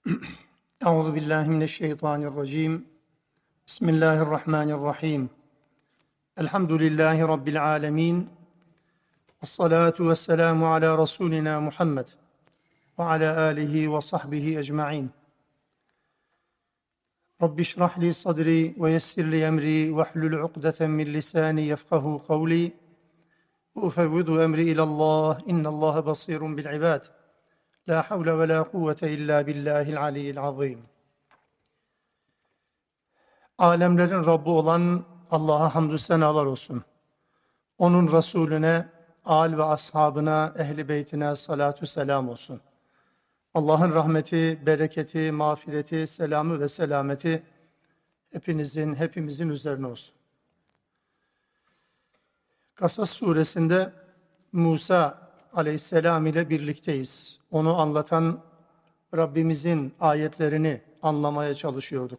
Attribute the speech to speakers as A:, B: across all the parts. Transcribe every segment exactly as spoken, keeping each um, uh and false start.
A: Euzu billahi mineşşeytanirracim. Bismillahirrahmanirrahim. Elhamdülillahi rabbil alamin. Essalatu vesselamu ala rasulina Muhammed ve ala alihi ve sahbihi ecmaîn. Rabbi şrah li sadri ve yessir li emri ve hlul ukdeten min lisani yefkahu kavli. Ufevvidu emri ilallah. İnnallâhe basîrun bil ibad. La havle ve la kuvvete illa billahil aliyyil azîm. Alemlerin Rabbi olan Allah'a hamdü senalar olsun. Onun Resulüne, âl ve ashabına, ehli beytine salatü selam olsun. Allah'ın rahmeti, bereketi, mağfireti, selamı ve selameti hepinizin, hepimizin üzerine olsun. Kasas suresinde Musa aleyhisselam ile birlikteyiz. Onu anlatan Rabbimizin ayetlerini anlamaya çalışıyorduk.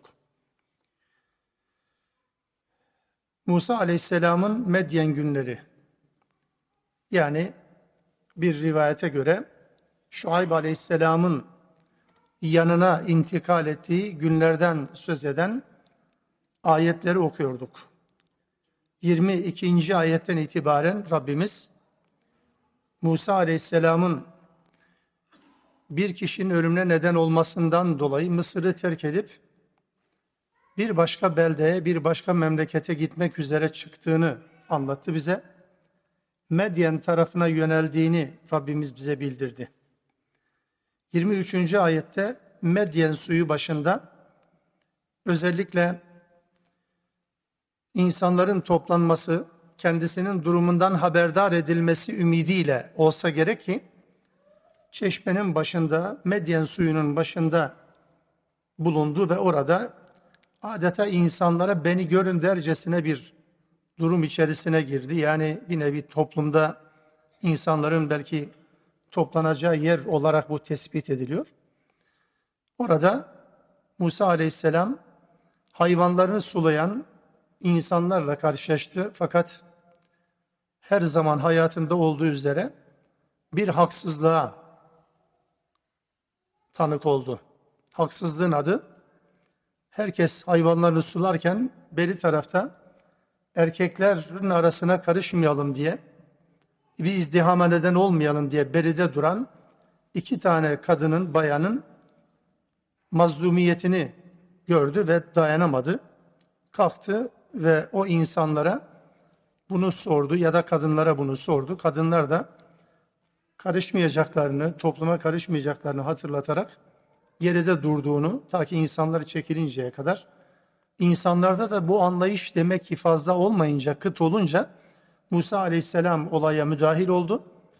A: Musa aleyhisselamın Medyen günleri, yani bir rivayete göre Şuayb aleyhisselamın yanına intikal ettiği günlerden söz eden ayetleri okuyorduk. yirmi ikinci ayetten itibaren Rabbimiz Musa aleyhisselamın bir kişinin ölümüne neden olmasından dolayı Mısır'ı terk edip bir başka beldeye, bir başka memlekete gitmek üzere çıktığını anlattı bize. Medyen tarafına yöneldiğini Rabbimiz bize bildirdi. yirmi üçüncü ayette Medyen suyu başında özellikle insanların toplanması, kendisinin durumundan haberdar edilmesi ümidiyle olsa gerek ki çeşmenin başında, Medyen suyunun başında bulundu ve orada adeta insanlara beni görün dercesine bir durum içerisine girdi. Yani bir nevi toplumda insanların belki toplanacağı yer olarak bu tespit ediliyor. Orada Musa aleyhisselam hayvanlarını sulayan insanlarla karşılaştı. Fakat her zaman hayatında olduğu üzere bir haksızlığa tanık oldu. Haksızlığın adı, herkes hayvanlarını sularken beri tarafta erkeklerin arasına karışmayalım diye, bir izdihama neden olmayalım diye beride duran iki tane kadının, bayanın mazlumiyetini gördü ve dayanamadı. Kalktı ve o insanlara bunu sordu ya da kadınlara bunu sordu. Kadınlar da karışmayacaklarını, topluma karışmayacaklarını hatırlatarak geride durduğunu, ta ki insanları çekilinceye kadar. İnsanlarda da bu anlayış demek ki fazla olmayınca, kıt olunca Musa aleyhisselam olaya müdahil oldu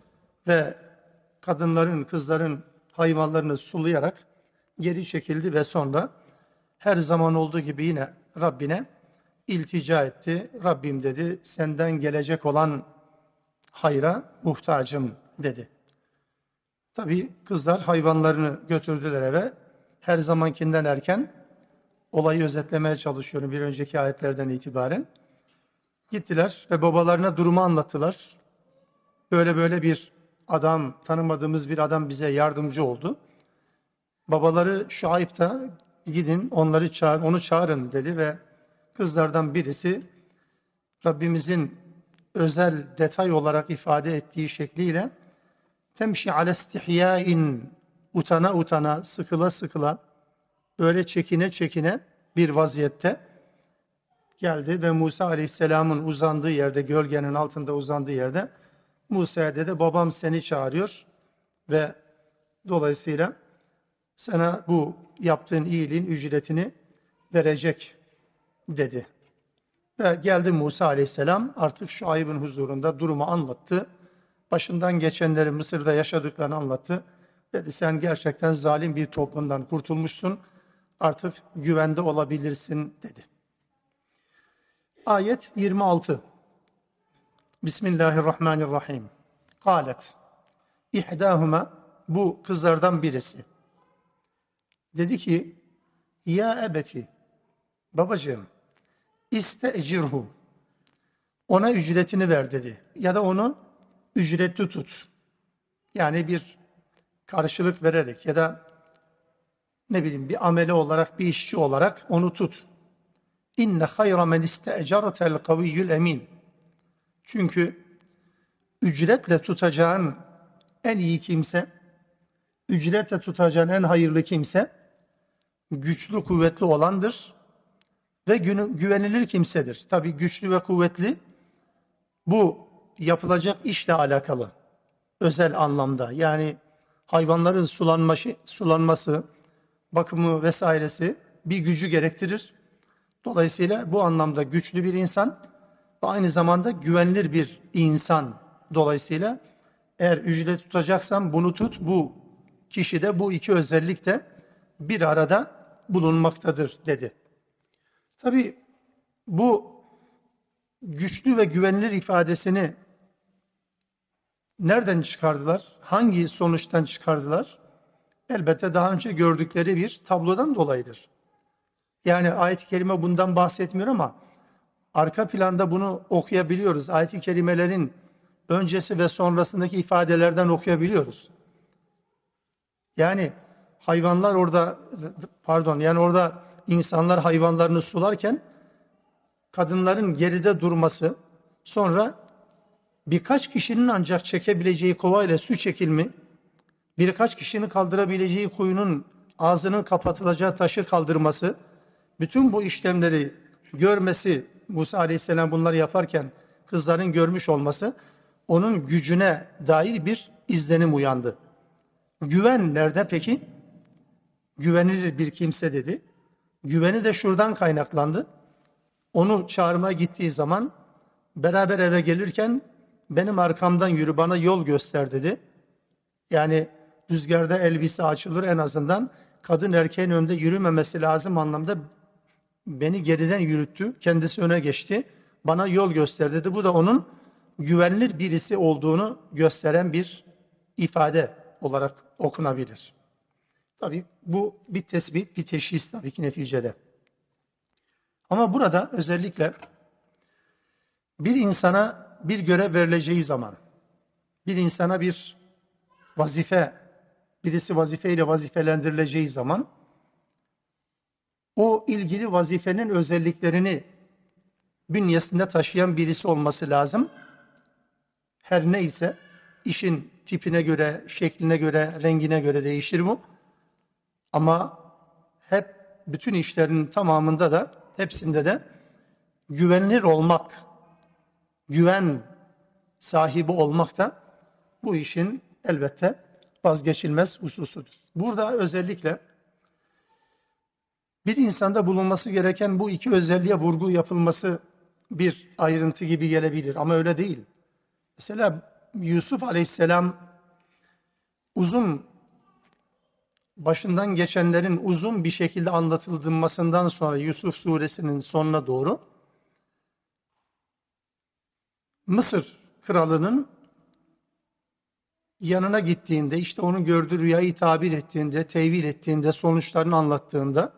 A: ve kadınların, kızların hayvanlarını sulayarak geri çekildi ve sonra her zaman olduğu gibi yine Rabbine iltica etti. Rabbim dedi, senden gelecek olan hayra muhtacım dedi. Tabii kızlar hayvanlarını götürdüler eve. Her zamankinden erken, olayı özetlemeye çalışıyorum bir önceki ayetlerden itibaren. Gittiler ve babalarına durumu anlattılar. Böyle böyle bir adam, tanımadığımız bir adam bize yardımcı oldu. Babaları Şuayb da gidin onları çağır, onu çağırın dedi ve kızlardan birisi Rabbimizin özel detay olarak ifade ettiği şekliyle temşi ale istihyain, utana utana, sıkıla sıkıla, böyle çekine çekine bir vaziyette geldi ve Musa aleyhisselamın uzandığı yerde, gölgenin altında uzandığı yerde Musa'ya dedi, babam seni çağırıyor ve dolayısıyla sana bu yaptığın iyiliğin ücretini verecek dedi. Ve geldi Musa aleyhisselam, artık Şuayb'ın huzurunda durumu anlattı. Başından geçenleri, Mısır'da yaşadıklarını anlattı. Dedi, sen gerçekten zalim bir toplumdan kurtulmuşsun, artık güvende olabilirsin dedi. Ayet yirmi altı. Bismillahirrahmanirrahim. Kâlet. İhdâhuma, bu kızlardan birisi. Dedi ki, ya ebeti, babacığım, İste'cirhu, ona ücretini ver dedi. Ya da onu ücretli tut. Yani bir karşılık vererek ya da ne bileyim bir amele olarak, bir işçi olarak onu tut. İnne hayra men iste'ecertel kaviyyül emin. Çünkü ücretle tutacağın en iyi kimse, ücretle tutacağın en hayırlı kimse, güçlü kuvvetli olandır ve güvenilir kimsedir. Tabii güçlü ve kuvvetli bu yapılacak işle alakalı özel anlamda. Yani hayvanların sulanması, sulanması, bakımı vesairesi bir gücü gerektirir. Dolayısıyla bu anlamda güçlü bir insan ve aynı zamanda güvenilir bir insan. Dolayısıyla eğer ücret tutacaksan bunu tut. Bu kişide bu iki özellik de bir arada bulunmaktadır dedi. Tabii bu güçlü ve güvenilir ifadesini nereden çıkardılar? Hangi sonuçtan çıkardılar? Elbette daha önce gördükleri bir tablodan dolayıdır. Yani ayet-i kerime bundan bahsetmiyor ama arka planda bunu okuyabiliyoruz. Ayet-i kerimelerin öncesi ve sonrasındaki ifadelerden okuyabiliyoruz. Yani hayvanlar orada, pardon yani orada insanlar hayvanlarını sularken kadınların geride durması, sonra birkaç kişinin ancak çekebileceği kovayla su çekilmi, birkaç kişinin kaldırabileceği kuyunun ağzının kapatılacağı taşı kaldırması, bütün bu işlemleri görmesi, Musa Aleyhisselam bunları yaparken kızların görmüş olması, onun gücüne dair bir izlenim uyandı. Güven nerede peki? Güvenilir bir kimse dedi. Güveni de şuradan kaynaklandı. Onu çağırmaya gittiği zaman beraber eve gelirken benim arkamdan yürü, bana yol göster dedi. Yani rüzgarda elbise açılır, en azından kadın erkeğin önünde yürümemesi lazım anlamda beni geriden yürüttü. Kendisi öne geçti. Bana yol göster dedi. Bu da onun güvenilir birisi olduğunu gösteren bir ifade olarak okunabilir. Tabii bu bir tespit, bir teşhis tabii ki neticede. Ama burada özellikle bir insana bir görev verileceği zaman, bir insana bir vazife, birisi vazifeyle vazifelendirileceği zaman, o ilgili vazifenin özelliklerini bünyesinde taşıyan birisi olması lazım. Her neyse, işin tipine göre, şekline göre, rengine göre değişir bu. Ama hep bütün işlerin tamamında da, hepsinde de güvenilir olmak, güven sahibi olmak da bu işin elbette vazgeçilmez hususudur. Burada özellikle bir insanda bulunması gereken bu iki özelliğe vurgu yapılması bir ayrıntı gibi gelebilir ama öyle değil. Mesela Yusuf Aleyhisselam uzun, başından geçenlerin uzun bir şekilde anlatılmasından sonra Yusuf suresinin sonuna doğru Mısır kralının yanına gittiğinde, işte onun gördüğü rüyayı tabir ettiğinde, tevil ettiğinde, sonuçlarını anlattığında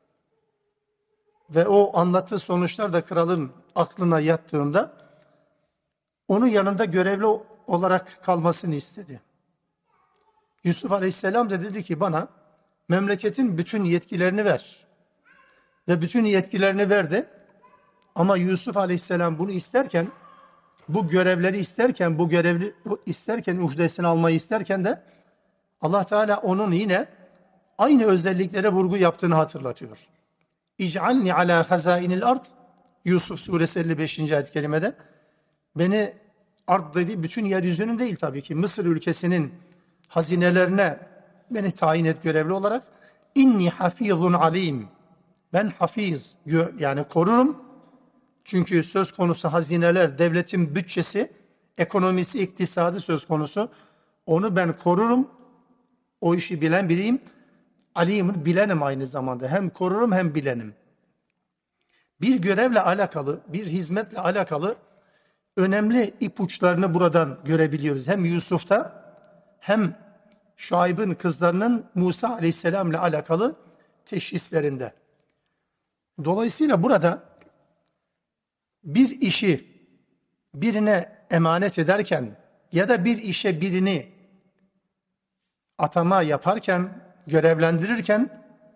A: ve o anlattığı sonuçlar da kralın aklına yattığında onun yanında görevli olarak kalmasını istedi. Yusuf Aleyhisselam da dedi ki bana memleketin bütün yetkilerini ver. Ve bütün yetkilerini verdi. Ama Yusuf Aleyhisselam bunu isterken, bu görevleri isterken, bu görevli isterken, uhdesini almayı isterken de Allah Teala onun yine aynı özelliklere vurgu yaptığını hatırlatıyor. İc'alni ala hazainil ard. Yusuf suresi elli beşinci ayet-i kerimede beni, ard dediği bütün yeryüzünün değil tabii ki, Mısır ülkesinin hazinelerine beni tayin et görevli olarak. İnni hafizun alim. Ben hafiz, yani korurum. Çünkü söz konusu hazineler, devletin bütçesi, ekonomisi, iktisadı söz konusu. Onu ben korurum. O işi bilen biriyim. Alim'in bilenim aynı zamanda. Hem korurum hem bilenim. Bir görevle alakalı, bir hizmetle alakalı önemli ipuçlarını buradan görebiliyoruz. Hem Yusuf'ta hem Şuayb'ın kızlarının Musa Aleyhisselam ile alakalı teşhislerinde. Dolayısıyla burada bir işi birine emanet ederken ya da bir işe birini atama yaparken, görevlendirirken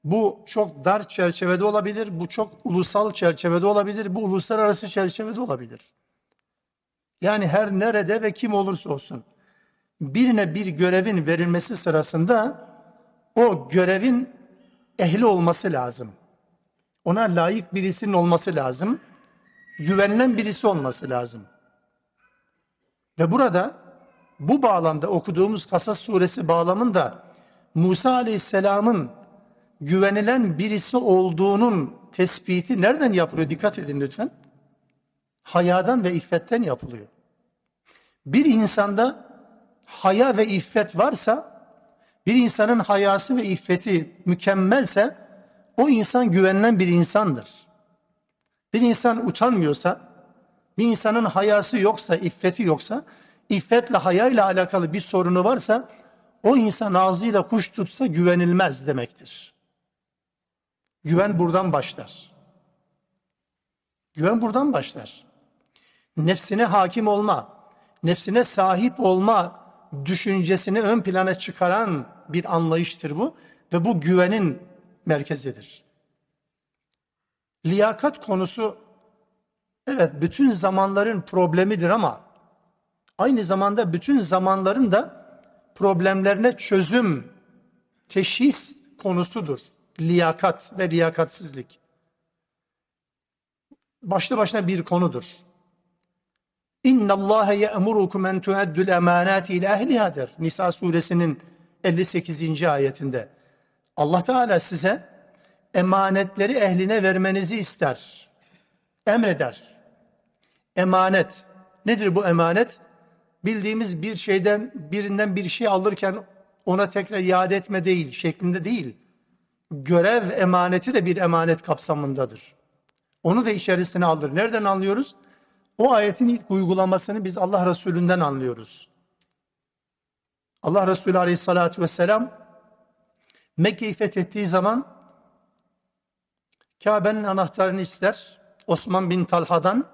A: Bu çok dar çerçevede olabilir, bu çok ulusal çerçevede olabilir, bu uluslararası çerçevede olabilir. Yani her nerede ve kim olursa olsun birine bir görevin verilmesi sırasında o görevin ehli olması lazım. Ona layık birisinin olması lazım. Güvenilen birisi olması lazım. Ve burada bu bağlamda okuduğumuz Kasas suresi bağlamında Musa aleyhisselamın güvenilen birisi olduğunun tespiti nereden yapılıyor? Dikkat edin lütfen. Hayadan ve iffetten yapılıyor. Bir insanda haya ve iffet varsa, bir insanın hayası ve iffeti mükemmelse, o insan güvenilen bir insandır. Bir insan utanmıyorsa, bir insanın hayası yoksa, iffeti yoksa, iffetle hayayla alakalı bir sorunu varsa, o insan ağzıyla kuş tutsa güvenilmez demektir. Güven buradan başlar. Güven buradan başlar. Nefsine hakim olma, nefsine sahip olma düşüncesini ön plana çıkaran bir anlayıştır bu ve bu güvenin merkezidir. Liyakat konusu evet bütün zamanların problemidir ama aynı zamanda bütün zamanların da problemlerine çözüm, teşhis konusudur. Liyakat ve liyakatsizlik. Başlı başına bir konudur. İnna Allah ye'murukum en tu'addul emanati ila ehliha der. Nisa suresinin elli sekizinci ayetinde. Allah Teala size emanetleri ehline vermenizi ister. Emreder. Emanet. Nedir bu emanet? Bildiğimiz bir şeyden, birinden bir şey alırken ona tekrar iade etme değil, şeklinde değil. Görev emaneti de bir emanet kapsamındadır. Onu da içerisine alır. Nereden anlıyoruz? O ayetin ilk uygulamasını biz Allah Resulü'nden anlıyoruz. Allah Resulü Aleyhisselatü Vesselam Mekke'yi fethettiği zaman Kabe'nin anahtarını ister. Osman bin Talha'dan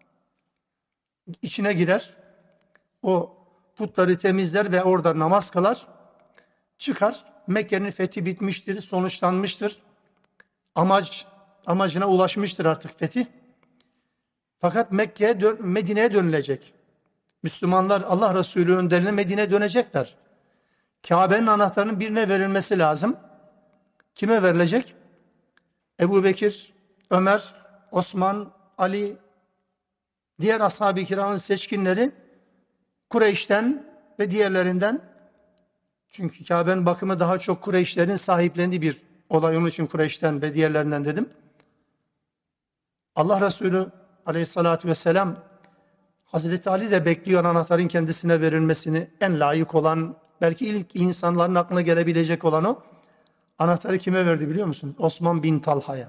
A: içine girer. O putları temizler ve orada namaz kılar. Çıkar. Mekke'nin fethi bitmiştir, sonuçlanmıştır. Amaç amacına ulaşmıştır artık fethi. Fakat Mekke'ye, dön, Medine'ye dönülecek. Müslümanlar Allah Resulü önderine Medine'ye dönecekler. Kabe'nin anahtarının birine verilmesi lazım. Kime verilecek? Ebu Bekir, Ömer, Osman, Ali, diğer ashab-ı kiramın seçkinleri Kureyş'ten ve diğerlerinden, çünkü Kabe'nin bakımı daha çok Kureyşlerin sahiplendiği bir olay, onun için Kureyş'ten ve diğerlerinden dedim. Allah Resulü Aleyhissalatü vesselam Hazreti Ali de bekliyor anahtarın kendisine verilmesini. En layık olan, belki ilk insanların aklına gelebilecek olan o. Anahtarı kime verdi biliyor musun? Osman bin Talha'ya.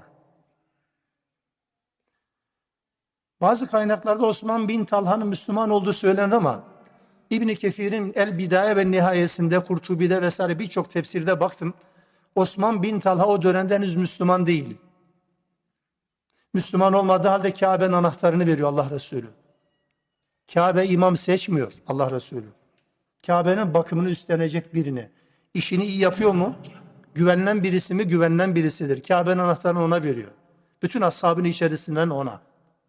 A: Bazı kaynaklarda Osman bin Talha'nın Müslüman olduğu söylenir ama İbn-i Kefir'in El Bidaye ve Nihayesinde, Kurtubi'de vesaire birçok tefsirde baktım. Osman bin Talha o dönemde henüz Müslüman değil. Müslüman olmadığı halde Kabe'nin anahtarını veriyor Allah Resulü. Kabe imam seçmiyor Allah Resulü. Kabe'nin bakımını üstlenecek birini. İşini iyi yapıyor mu? Güvenilen birisi mi? Güvenilen birisidir. Kabe'nin anahtarını ona veriyor. Bütün ashabın içerisinden ona.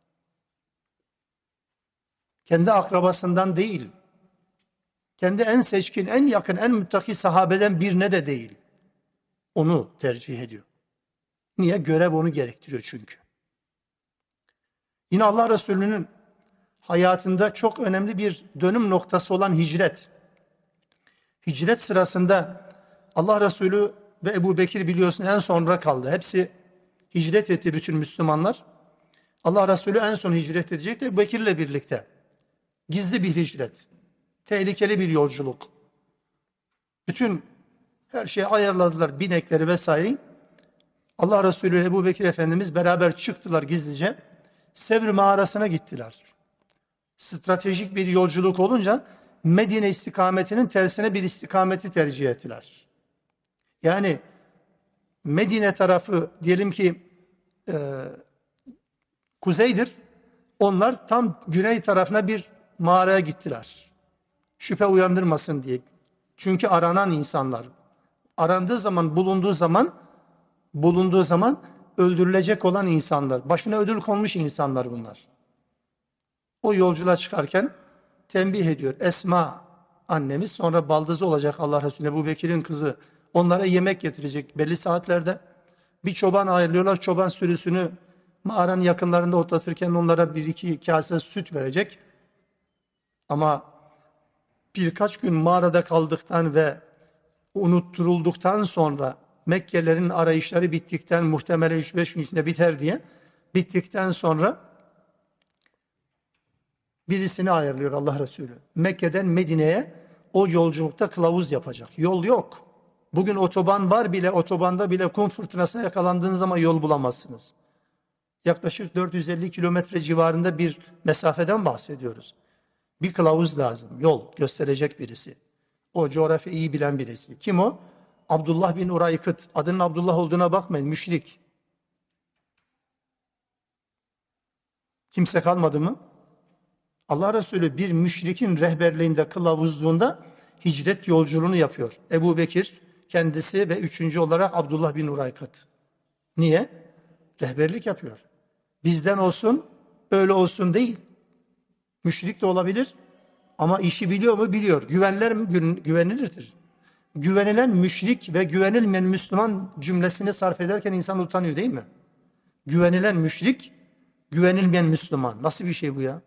A: Kendi akrabasından değil. Kendi en seçkin, en yakın, en müttaki sahabeden birine de değil. Onu tercih ediyor. Niye? Görev onu gerektiriyor çünkü. Yine Allah Resulü'nün hayatında çok önemli bir dönüm noktası olan hicret. Hicret sırasında Allah Resulü ve Ebu Bekir biliyorsun en sonra kaldı. Hepsi hicret etti, bütün Müslümanlar. Allah Resulü en son hicret edecekti Ebu Bekir'le birlikte. Gizli bir hicret. Tehlikeli bir yolculuk. Bütün her şeyi ayarladılar, binekleri vesaire. Allah Resulü ile Ebu Bekir Efendimiz beraber çıktılar gizlice. Sevr mağarasına gittiler. Stratejik bir yolculuk olunca Medine istikametinin tersine bir istikameti tercih ettiler. Yani Medine tarafı diyelim ki e, kuzeydir. Onlar tam güney tarafına bir mağaraya gittiler. Şüphe uyandırmasın diye. Çünkü aranan insanlar. Arandığı zaman, bulunduğu zaman bulunduğu zaman öldürülecek olan insanlar. Başına ödül konmuş insanlar bunlar. O yolculuğa çıkarken tembih ediyor. Esma annemiz, sonra baldızı olacak Allah Resulü Ebu Bekir'in kızı. Onlara yemek getirecek belli saatlerde. Bir çoban ayırıyorlar. Çoban sürüsünü mağaranın yakınlarında otlatırken onlara bir iki kase süt verecek. Ama birkaç gün mağarada kaldıktan ve unutturulduktan sonra Mekkelilerin arayışları bittikten, muhtemelen üç beş gün içinde biter diye bittikten sonra birisini ayarlıyor Allah Resulü. Mekke'den Medine'ye o yolculukta kılavuz yapacak. Yol yok. Bugün otoban var bile, otobanda bile kum fırtınasına yakalandığınız zaman yol bulamazsınız. Yaklaşık dört yüz elli kilometre civarında bir mesafeden bahsediyoruz. Bir kılavuz lazım, yol gösterecek birisi. O coğrafyayı iyi bilen birisi. Kim o? Abdullah bin Uraykıt. Adının Abdullah olduğuna bakmayın, müşrik. Kimse kalmadı mı? Allah Resulü bir müşrikin rehberliğinde, kılavuzluğunda hicret yolculuğunu yapıyor. Ebu Bekir kendisi ve üçüncü olarak Abdullah bin Uraykıt. Niye? Rehberlik yapıyor. Bizden olsun, öyle olsun değil. Müşrik de olabilir ama işi biliyor mu? Biliyor. Güvenilir mi? Güvenilirdir. Güvenilen müşrik ve güvenilmeyen Müslüman cümlesini sarf ederken insan utanıyor değil mi? Güvenilen müşrik, güvenilmeyen Müslüman. Nasıl bir şey bu ya?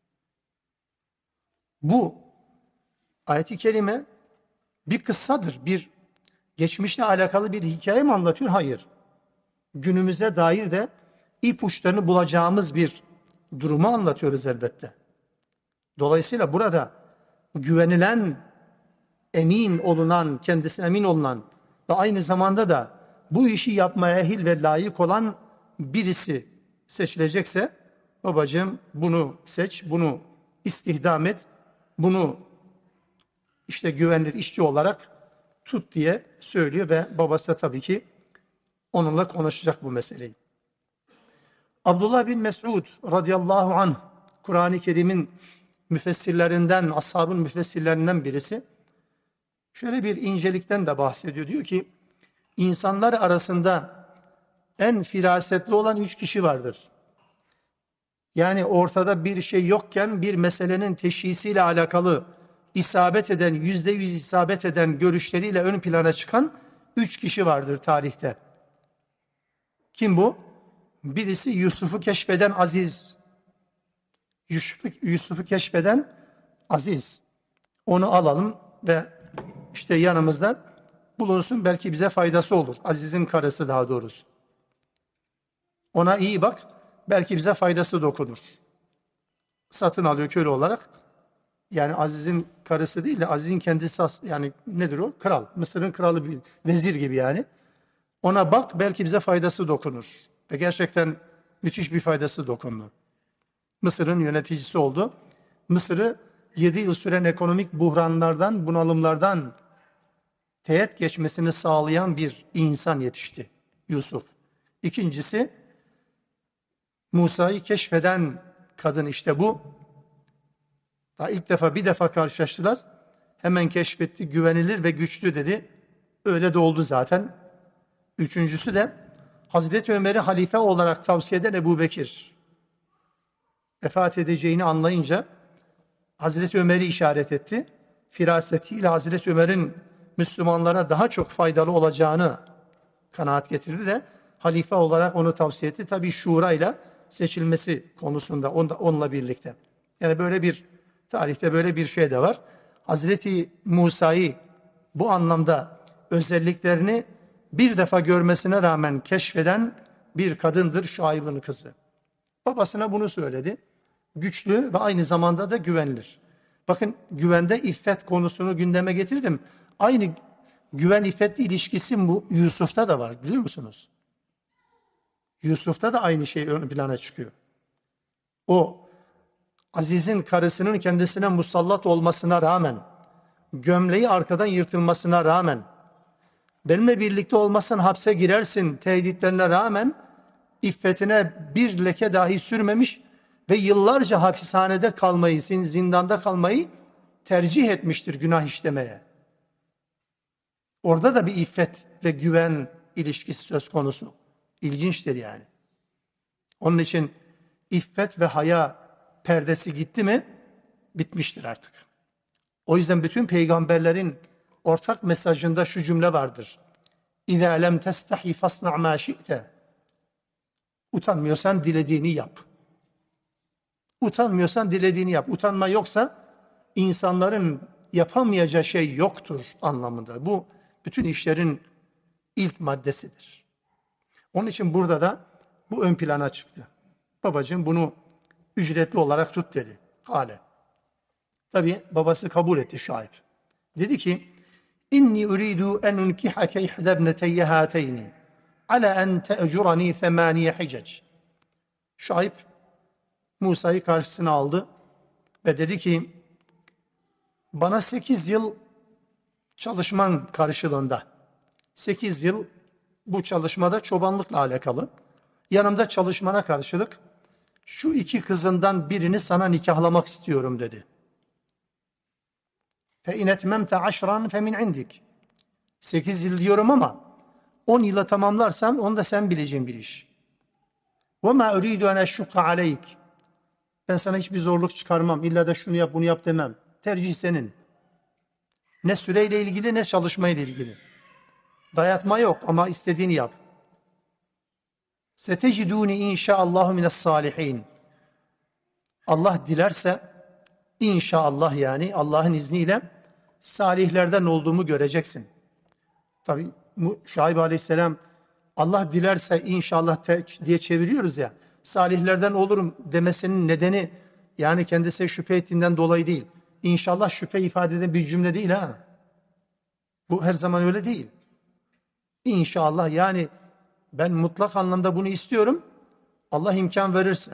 A: Bu ayet-i kerime bir kıssadır. Bir geçmişle alakalı bir hikaye mi anlatıyor? Hayır. Günümüze dair de ipuçlarını bulacağımız bir durumu anlatıyoruz elbette. Dolayısıyla burada güvenilen, emin olunan, kendisine emin olunan ve aynı zamanda da bu işi yapmaya ehil ve layık olan birisi seçilecekse, babacığım bunu seç, bunu istihdam et, bunu işte güvenilir işçi olarak tut diye söylüyor ve babası da tabii ki onunla konuşacak bu meseleyi. Abdullah bin Mes'ud radıyallahu anh, Kur'an-ı Kerim'in müfessirlerinden, ashabın müfessirlerinden birisi, şöyle bir incelikten de bahsediyor. Diyor ki, insanlar arasında en firasetli olan üç kişi vardır. Yani ortada bir şey yokken bir meselenin teşhisiyle alakalı isabet eden, yüzde yüz isabet eden görüşleriyle ön plana çıkan üç kişi vardır tarihte. Kim bu? Birisi Yusuf'u keşfeden Aziz. Yusuf'u Yusuf'u keşfeden Aziz. Onu alalım ve işte yanımızda bulunsun, belki bize faydası olur. Aziz'in karısı daha doğrusu. Ona iyi bak, belki bize faydası dokunur. Satın alıyor köle olarak. Yani Aziz'in karısı değil de Aziz'in kendisi, yani nedir o? Kral. Mısır'ın kralı, bir vezir gibi yani. Ona bak, belki bize faydası dokunur. Ve gerçekten müthiş bir faydası dokundu. Mısır'ın yöneticisi oldu. Mısır'ı yedi yıl süren ekonomik buhranlardan, bunalımlardan teğet geçmesini sağlayan bir insan yetişti Yusuf. İkincisi, Musa'yı keşfeden kadın işte bu. Daha ilk defa bir defa karşılaştılar. Hemen keşfetti, güvenilir ve güçlü dedi. Öyle de oldu zaten. Üçüncüsü de Hazreti Ömer'i halife olarak tavsiye eden Ebu Bekir. Vefat edeceğini anlayınca Hazreti Ömer'i işaret etti. Firasetiyle Hazreti Ömer'in Müslümanlara daha çok faydalı olacağını kanaat getirdi de halife olarak onu tavsiye etti. Tabii şurayla seçilmesi konusunda onunla birlikte. Yani böyle bir tarihte böyle bir şey de var. Hazreti Musa'yı bu anlamda özelliklerini bir defa görmesine rağmen keşfeden bir kadındır Şuayb'ın kızı. Babasına bunu söyledi. Güçlü ve aynı zamanda da güvenilir. Bakın, güvende iffet konusunu gündeme getirdim. Aynı güven iffet ilişkisi bu Yusuf'ta da var, biliyor musunuz? Yusuf'ta da aynı şey ön plana çıkıyor. O Aziz'in karısının kendisine musallat olmasına rağmen, gömleği arkadan yırtılmasına rağmen, benimle birlikte olmazsan hapse girersin tehditlerine rağmen iffetine bir leke dahi sürmemiş ve yıllarca hapishanede kalmayı, zindanda kalmayı tercih etmiştir günah işlemeye. Orada da bir iffet ve güven ilişkisi söz konusu. İlginçtir yani. Onun için iffet ve haya perdesi gitti mi bitmiştir artık. O yüzden bütün peygamberlerin ortak mesajında şu cümle vardır. İzâ lem testahi fasna' mâ şi'te. Utanmıyorsan dilediğini yap. Utanmıyorsan dilediğini yap. Utanma yoksa insanların yapamayacağı şey yoktur anlamında. Bu bütün işlerin ilk maddesidir. Onun için burada da bu ön plana çıktı. Babacığım bunu ücretli olarak tut dedi. Kale. Tabi babası kabul etti Şuayb. Dedi ki İnni uridu en unkihake ihdebneteyye hateyni ala en te'curani semaniye hicec. Şuayb Musa'yı karşısına aldı ve dedi ki bana sekiz yıl çalışman karşılığında, sekiz yıl bu çalışmada çobanlıkla alakalı, yanımda çalışmana karşılık şu iki kızından birini sana nikahlamak istiyorum dedi. Fe in etmemte aşran fe min indik. Sekiz yıl diyorum ama on yıla tamamlarsan onu da sen bileceğin bir iş. Ve ma uridu en eşşukka aleyk. Ben sana hiçbir zorluk çıkarmam. İlla da şunu yap bunu yap demem. Tercih senin. Ne süreyle ilgili ne çalışmayla ilgili. Dayatma yok ama istediğini yap. Seteciduni inşaallahu mines salihin. Allah dilerse inşallah yani Allah'ın izniyle salihlerden olduğumu göreceksin. Tabi Şuayb Aleyhisselam Allah dilerse inşallah diye çeviriyoruz ya. Salihlerden olurum demesinin nedeni yani kendisi şüphe ettiğinden dolayı değil. İnşallah şüphe ifade eden bir cümle değil ha. Bu her zaman öyle değil. İnşallah yani ben mutlak anlamda bunu istiyorum. Allah imkan verirse.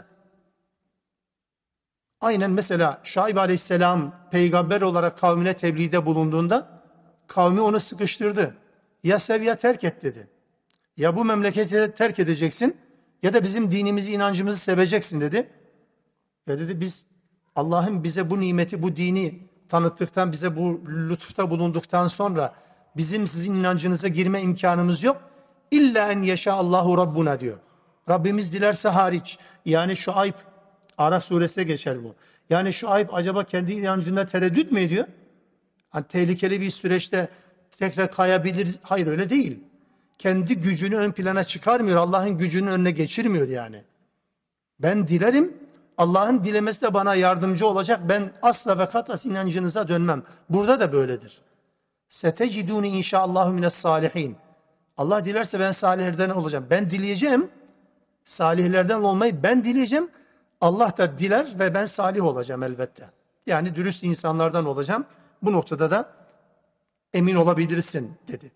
A: Aynen mesela Şuayb Aleyhisselam peygamber olarak kavmine tebliğde bulunduğunda kavmi onu sıkıştırdı. Ya sev ya terk et dedi. Ya bu memleketi terk edeceksin ya da bizim dinimizi, inancımızı seveceksin dedi. Ya dedi biz Allah'ın bize bu nimeti, bu dini tanıttıktan, bize bu lütufta bulunduktan sonra bizim sizin inancınıza girme imkanımız yok. İlla en yeşâ Allahu Rabbuna diyor. Rabbimiz dilerse hariç. Yani Şuayb, Araf suresine geçer bu. Yani Şuayb acaba kendi inancında tereddüt mü ediyor? Hani tehlikeli bir süreçte tekrar kayabilir. Hayır öyle değil. Kendi gücünü ön plana çıkarmıyor. Allah'ın gücünün önüne geçirmiyor yani. Ben dilerim. Allah'ın dilemesi de bana yardımcı olacak. Ben asla ve katas inancınıza dönmem. Burada da böyledir. Seteciduni inşaallahu mines salihin. Allah dilerse ben salihlerden olacağım. Ben dileyeceğim. Salihlerden olmayı ben dileyeceğim. Allah da diler ve ben salih olacağım elbette. Yani dürüst insanlardan olacağım. Bu noktada da emin olabilirsin dedi.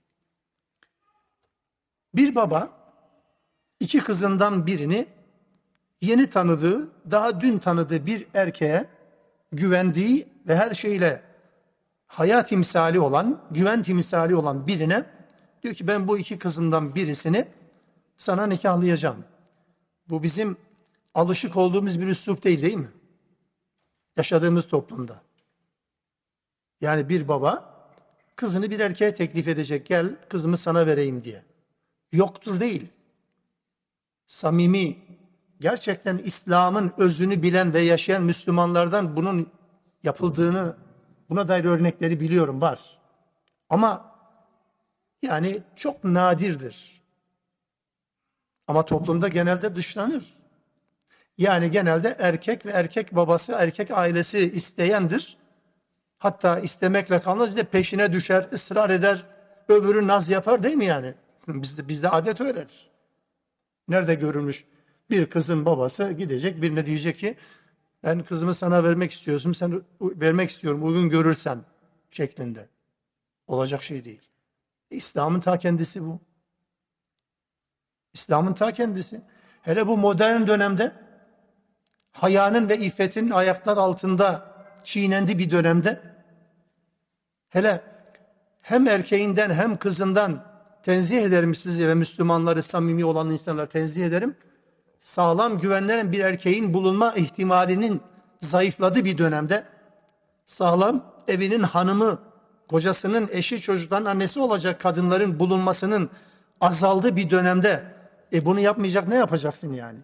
A: Bir baba iki kızından birini yeni tanıdığı, daha dün tanıdığı bir erkeğe güvendiği ve her şeyle hayat timsali olan, güven timsali olan birine diyor ki ben bu iki kızından birisini sana nikahlayacağım. Bu bizim alışık olduğumuz bir üslup değil değil mi? Yaşadığımız toplumda. Yani bir baba kızını bir erkeğe teklif edecek, gel kızımı sana vereyim diye. Yoktur değil. Samimi, gerçekten İslam'ın özünü bilen ve yaşayan Müslümanlardan bunun yapıldığını, buna dair örnekleri biliyorum, var. Ama yani çok nadirdir. Ama toplumda genelde dışlanır. Yani genelde erkek ve erkek babası, erkek ailesi isteyendir. Hatta istemekle kalmaz, bir de peşine düşer, ısrar eder, öbürü naz yapar değil mi yani? Bizde, bizde adet öyledir. Nerede görülmüş? Bir kızın babası gidecek, birine diyecek ki ben kızımı sana vermek istiyorsun, sen vermek istiyorum, uygun görürsen şeklinde. Olacak şey değil. İslam'ın ta kendisi bu. İslam'ın ta kendisi. Hele bu modern dönemde hayanın ve iffetin ayaklar altında çiğnendi bir dönemde, hele hem erkeğinden hem kızından tenzih ederim sizi ve Müslümanları, samimi olan insanları tenzih ederim. Sağlam güvenilen bir erkeğin bulunma ihtimalinin zayıfladığı bir dönemde, sağlam evinin hanımı, kocasının eşi, çocukların annesi olacak kadınların bulunmasının azaldı bir dönemde. E bunu yapmayacak ne yapacaksın yani?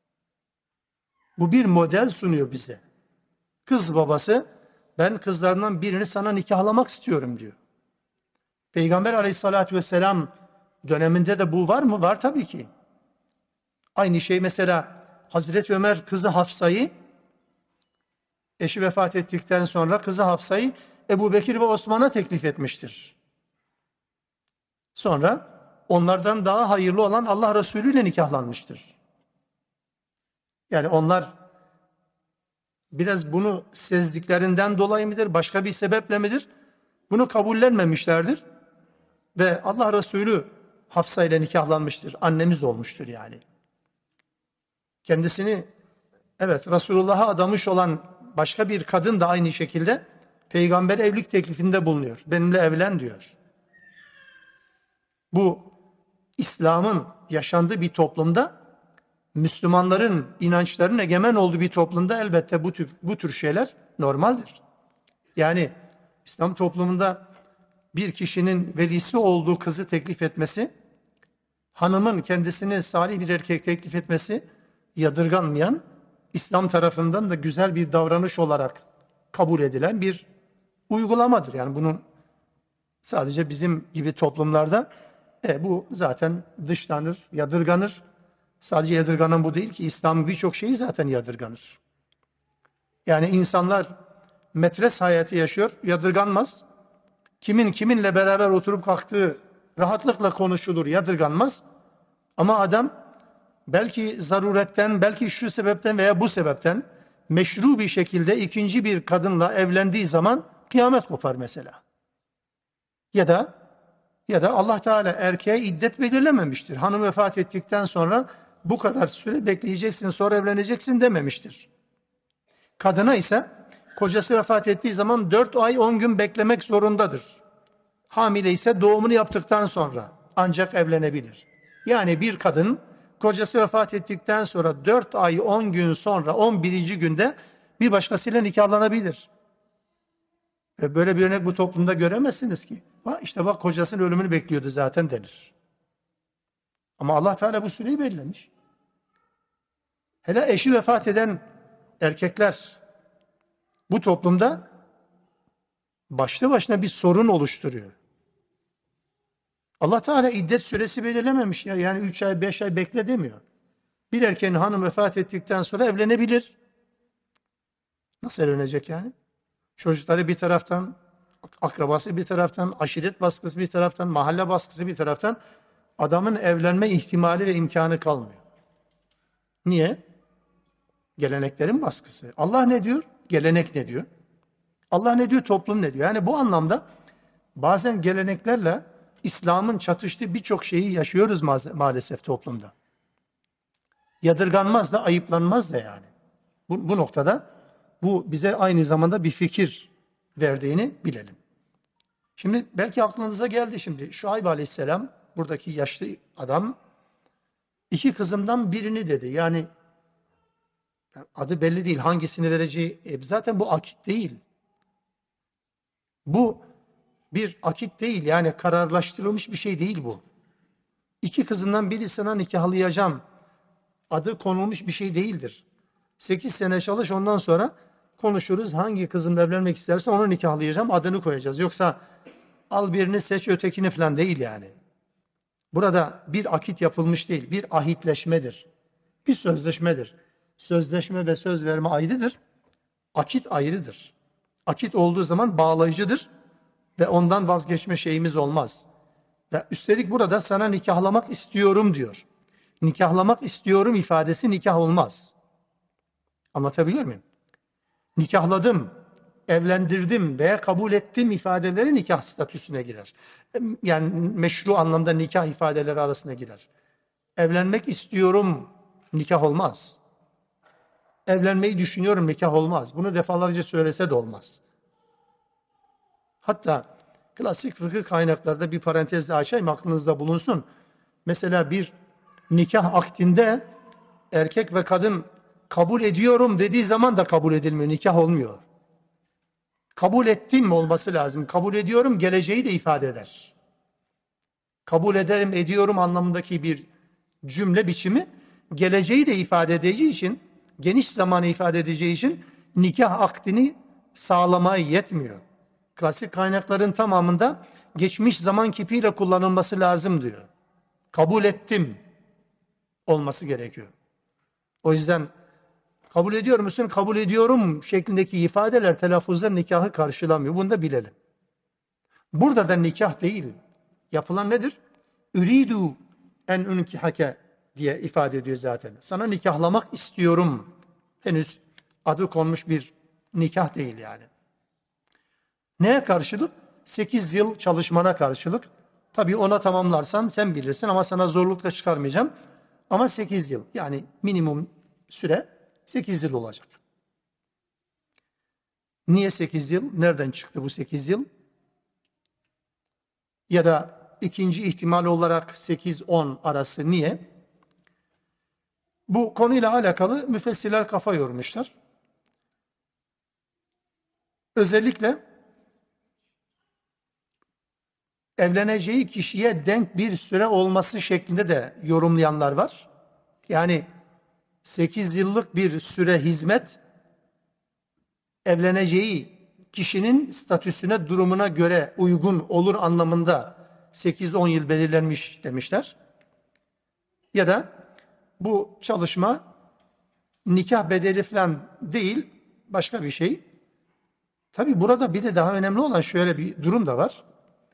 A: Bu bir model sunuyor bize. Kız babası, ben kızlarından birini sana nikahlamak istiyorum diyor. Peygamber aleyhissalatü vesselam döneminde de bu var mı? Var tabii ki. Aynı şey mesela Hazreti Ömer kızı Hafsa'yı, eşi vefat ettikten sonra kızı Hafsa'yı Ebu Bekir ve Osman'a teklif etmiştir. Sonra onlardan daha hayırlı olan Allah Resulü ile nikahlanmıştır. Yani onlar biraz bunu sezdiklerinden dolayı mıdır, başka bir sebeple midir? Bunu kabullenmemişlerdir. Ve Allah Resulü Hafsa ile nikahlanmıştır. Annemiz olmuştur yani. Kendisini evet Resulullah'a adamış olan başka bir kadın da aynı şekilde peygamber evlilik teklifinde bulunuyor. Benimle evlen diyor. Bu İslam'ın yaşandığı bir toplumda, Müslümanların inançlarının egemen olduğu bir toplumda elbette bu tür, bu tür şeyler normaldir. Yani İslam toplumunda bir kişinin velisi olduğu kızı teklif etmesi, hanımın kendisini salih bir erkek teklif etmesi yadırganmayan, İslam tarafından da güzel bir davranış olarak kabul edilen bir uygulamadır. Yani bunun sadece bizim gibi toplumlarda e, bu zaten dışlanır, yadırganır. Sadece yadırganan bu değil ki, İslam birçok şeyi zaten yadırganır. Yani insanlar metres hayatı yaşıyor, yadırganmaz. Kimin kiminle beraber oturup kalktığı rahatlıkla konuşulur, yadırganmaz. Ama adam belki zaruretten, belki şu sebepten veya bu sebepten meşru bir şekilde ikinci bir kadınla evlendiği zaman kıyamet kopar mesela. Ya da ya da Allah Teala erkeğe iddet belirlememiştir. Hanım vefat ettikten sonra bu kadar süre bekleyeceksin, sonra evleneceksin dememiştir. Kadına ise kocası vefat ettiği zaman dört ay on gün beklemek zorundadır. Hamile ise doğumunu yaptıktan sonra ancak evlenebilir. Yani bir kadın kocası vefat ettikten sonra dört ay on gün sonra on birinci günde bir başkasıyla nikahlanabilir. E böyle bir örnek bu toplumda göremezsiniz ki. Ha işte bak kocasının ölümünü bekliyordu zaten denir. Ama Allah Teala bu süreyi belirlemiş. Hele eşi vefat eden erkekler bu toplumda başlı başına bir sorun oluşturuyor. Allah Teala iddet süresi belirlememiş ya. Yani üç ay beş ay bekle demiyor. Bir erkeğin hanım vefat ettikten sonra evlenebilir. Nasıl evlenecek yani? Çocukları bir taraftan, akrabası bir taraftan, aşiret baskısı bir taraftan, mahalle baskısı bir taraftan, adamın evlenme ihtimali ve imkanı kalmıyor. Niye? Geleneklerin baskısı. Allah ne diyor? Gelenek ne diyor? Allah ne diyor? Toplum ne diyor? Yani bu anlamda bazen geleneklerle İslam'ın çatıştığı birçok şeyi yaşıyoruz ma- maalesef toplumda. Yadırganmaz da, ayıplanmaz da yani. Bu, bu noktada bu bize aynı zamanda bir fikir verdiğini bilelim. Şimdi belki aklınıza geldi şimdi. Şuayb Aleyhisselam, buradaki yaşlı adam, iki kızımdan birini dedi. Yani adı belli değil, hangisini vereceği. E, zaten bu akit değil. Bu bir akit değil, yani kararlaştırılmış bir şey değil bu. İki kızından biri sana nikahlayacağım adı konulmuş bir şey değildir. Sekiz sene çalış, ondan sonra konuşuruz, hangi kızımla evlenmek istersen onu nikahlayacağım, adını koyacağız. Yoksa al birini seç ötekini falan değil yani. Burada bir akit yapılmış değil, bir ahitleşmedir. Bir sözleşmedir. Sözleşme ve söz verme ayrıdır. Akit ayrıdır. Akit olduğu zaman bağlayıcıdır ve ondan vazgeçme şeyimiz olmaz. Ve üstelik burada sana nikahlamak istiyorum diyor. Nikahlamak istiyorum ifadesi nikah olmaz. Anlatabiliyor muyum? Nikahladım, evlendirdim veya kabul ettim ifadeleri nikah statüsüne girer. Yani meşru anlamda nikah ifadeleri arasına girer. Evlenmek istiyorum nikah olmaz. Evlenmeyi düşünüyorum nikah olmaz. Bunu defalarca söylese de olmaz. Hatta klasik fıkıh kaynaklarda bir parantezle açayım, aklınızda bulunsun. Mesela bir nikah akdinde erkek ve kadın kabul ediyorum dediği zaman da kabul edilmiyor, nikah olmuyor. Kabul ettim olması lazım. Kabul ediyorum geleceği de ifade eder. kabul ederim, ediyorum anlamındaki bir cümle biçimi geleceği de ifade edeceği için, geniş zamanı ifade edeceği için nikah akdini sağlamaya yetmiyor. Klasik kaynakların tamamında geçmiş zaman kipiyle kullanılması lazım diyor. Kabul ettim olması gerekiyor. O yüzden kabul ediyor musun? Kabul ediyorum şeklindeki ifadeler, telaffuzlar nikahı karşılamıyor. Bunu da bilelim. Burada da nikah değil. Yapılan nedir? Üridu en unkihake diye ifade ediyor zaten. Sana nikahlamak istiyorum. Henüz adı konmuş bir nikah değil yani. Neye karşılık? sekiz yıl çalışmana karşılık. Tabii ona tamamlarsan sen bilirsin ama sana zorluk da çıkarmayacağım. Ama sekiz yıl yani minimum süre sekiz yıl olacak. Niye sekiz yıl? Nereden çıktı bu sekiz yıl? Ya da ikinci ihtimal olarak sekiz on arası niye? Bu konuyla alakalı müfessirler kafa yormuşlar. Özellikle evleneceği kişiye denk bir süre olması şeklinde de yorumlayanlar var. Yani sekiz yıllık bir süre hizmet evleneceği kişinin statüsüne, durumuna göre uygun olur anlamında sekiz on yıl belirlenmiş demişler. Ya da bu çalışma nikah bedeli falan değil, başka bir şey. Tabii burada bir de daha önemli olan şöyle bir durum da var.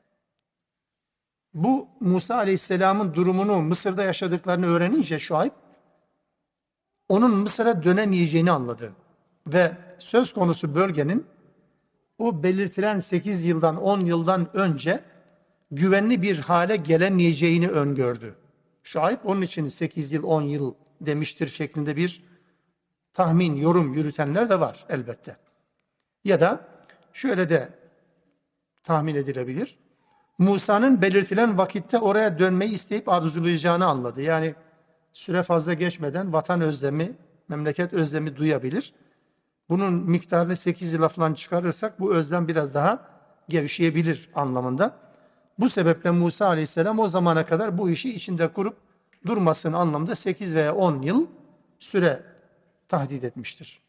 A: Bu Musa Aleyhisselam'ın durumunu, Mısır'da yaşadıklarını öğrenince Şuayb, onun Mısır'a dönemeyeceğini anladı. Ve söz konusu bölgenin o belirtilen sekiz yıldan on yıldan önce güvenli bir hale gelemeyeceğini öngördü. Şuayb onun için sekiz yıl on yıl demiştir şeklinde bir tahmin, yorum yürütenler de var elbette. Ya da şöyle de tahmin edilebilir. Musa'nın belirtilen vakitte oraya dönmeyi isteyip arzulayacağını anladı. Yani süre fazla geçmeden vatan özlemi, memleket özlemi duyabilir. Bunun miktarını sekiz yıla falan çıkarırsak bu özlem biraz daha gevşeyebilir anlamında. Bu sebeple Musa Aleyhisselam o zamana kadar bu işi içinde kurup durmasın anlamda sekiz veya on yıl süre tahdit etmiştir.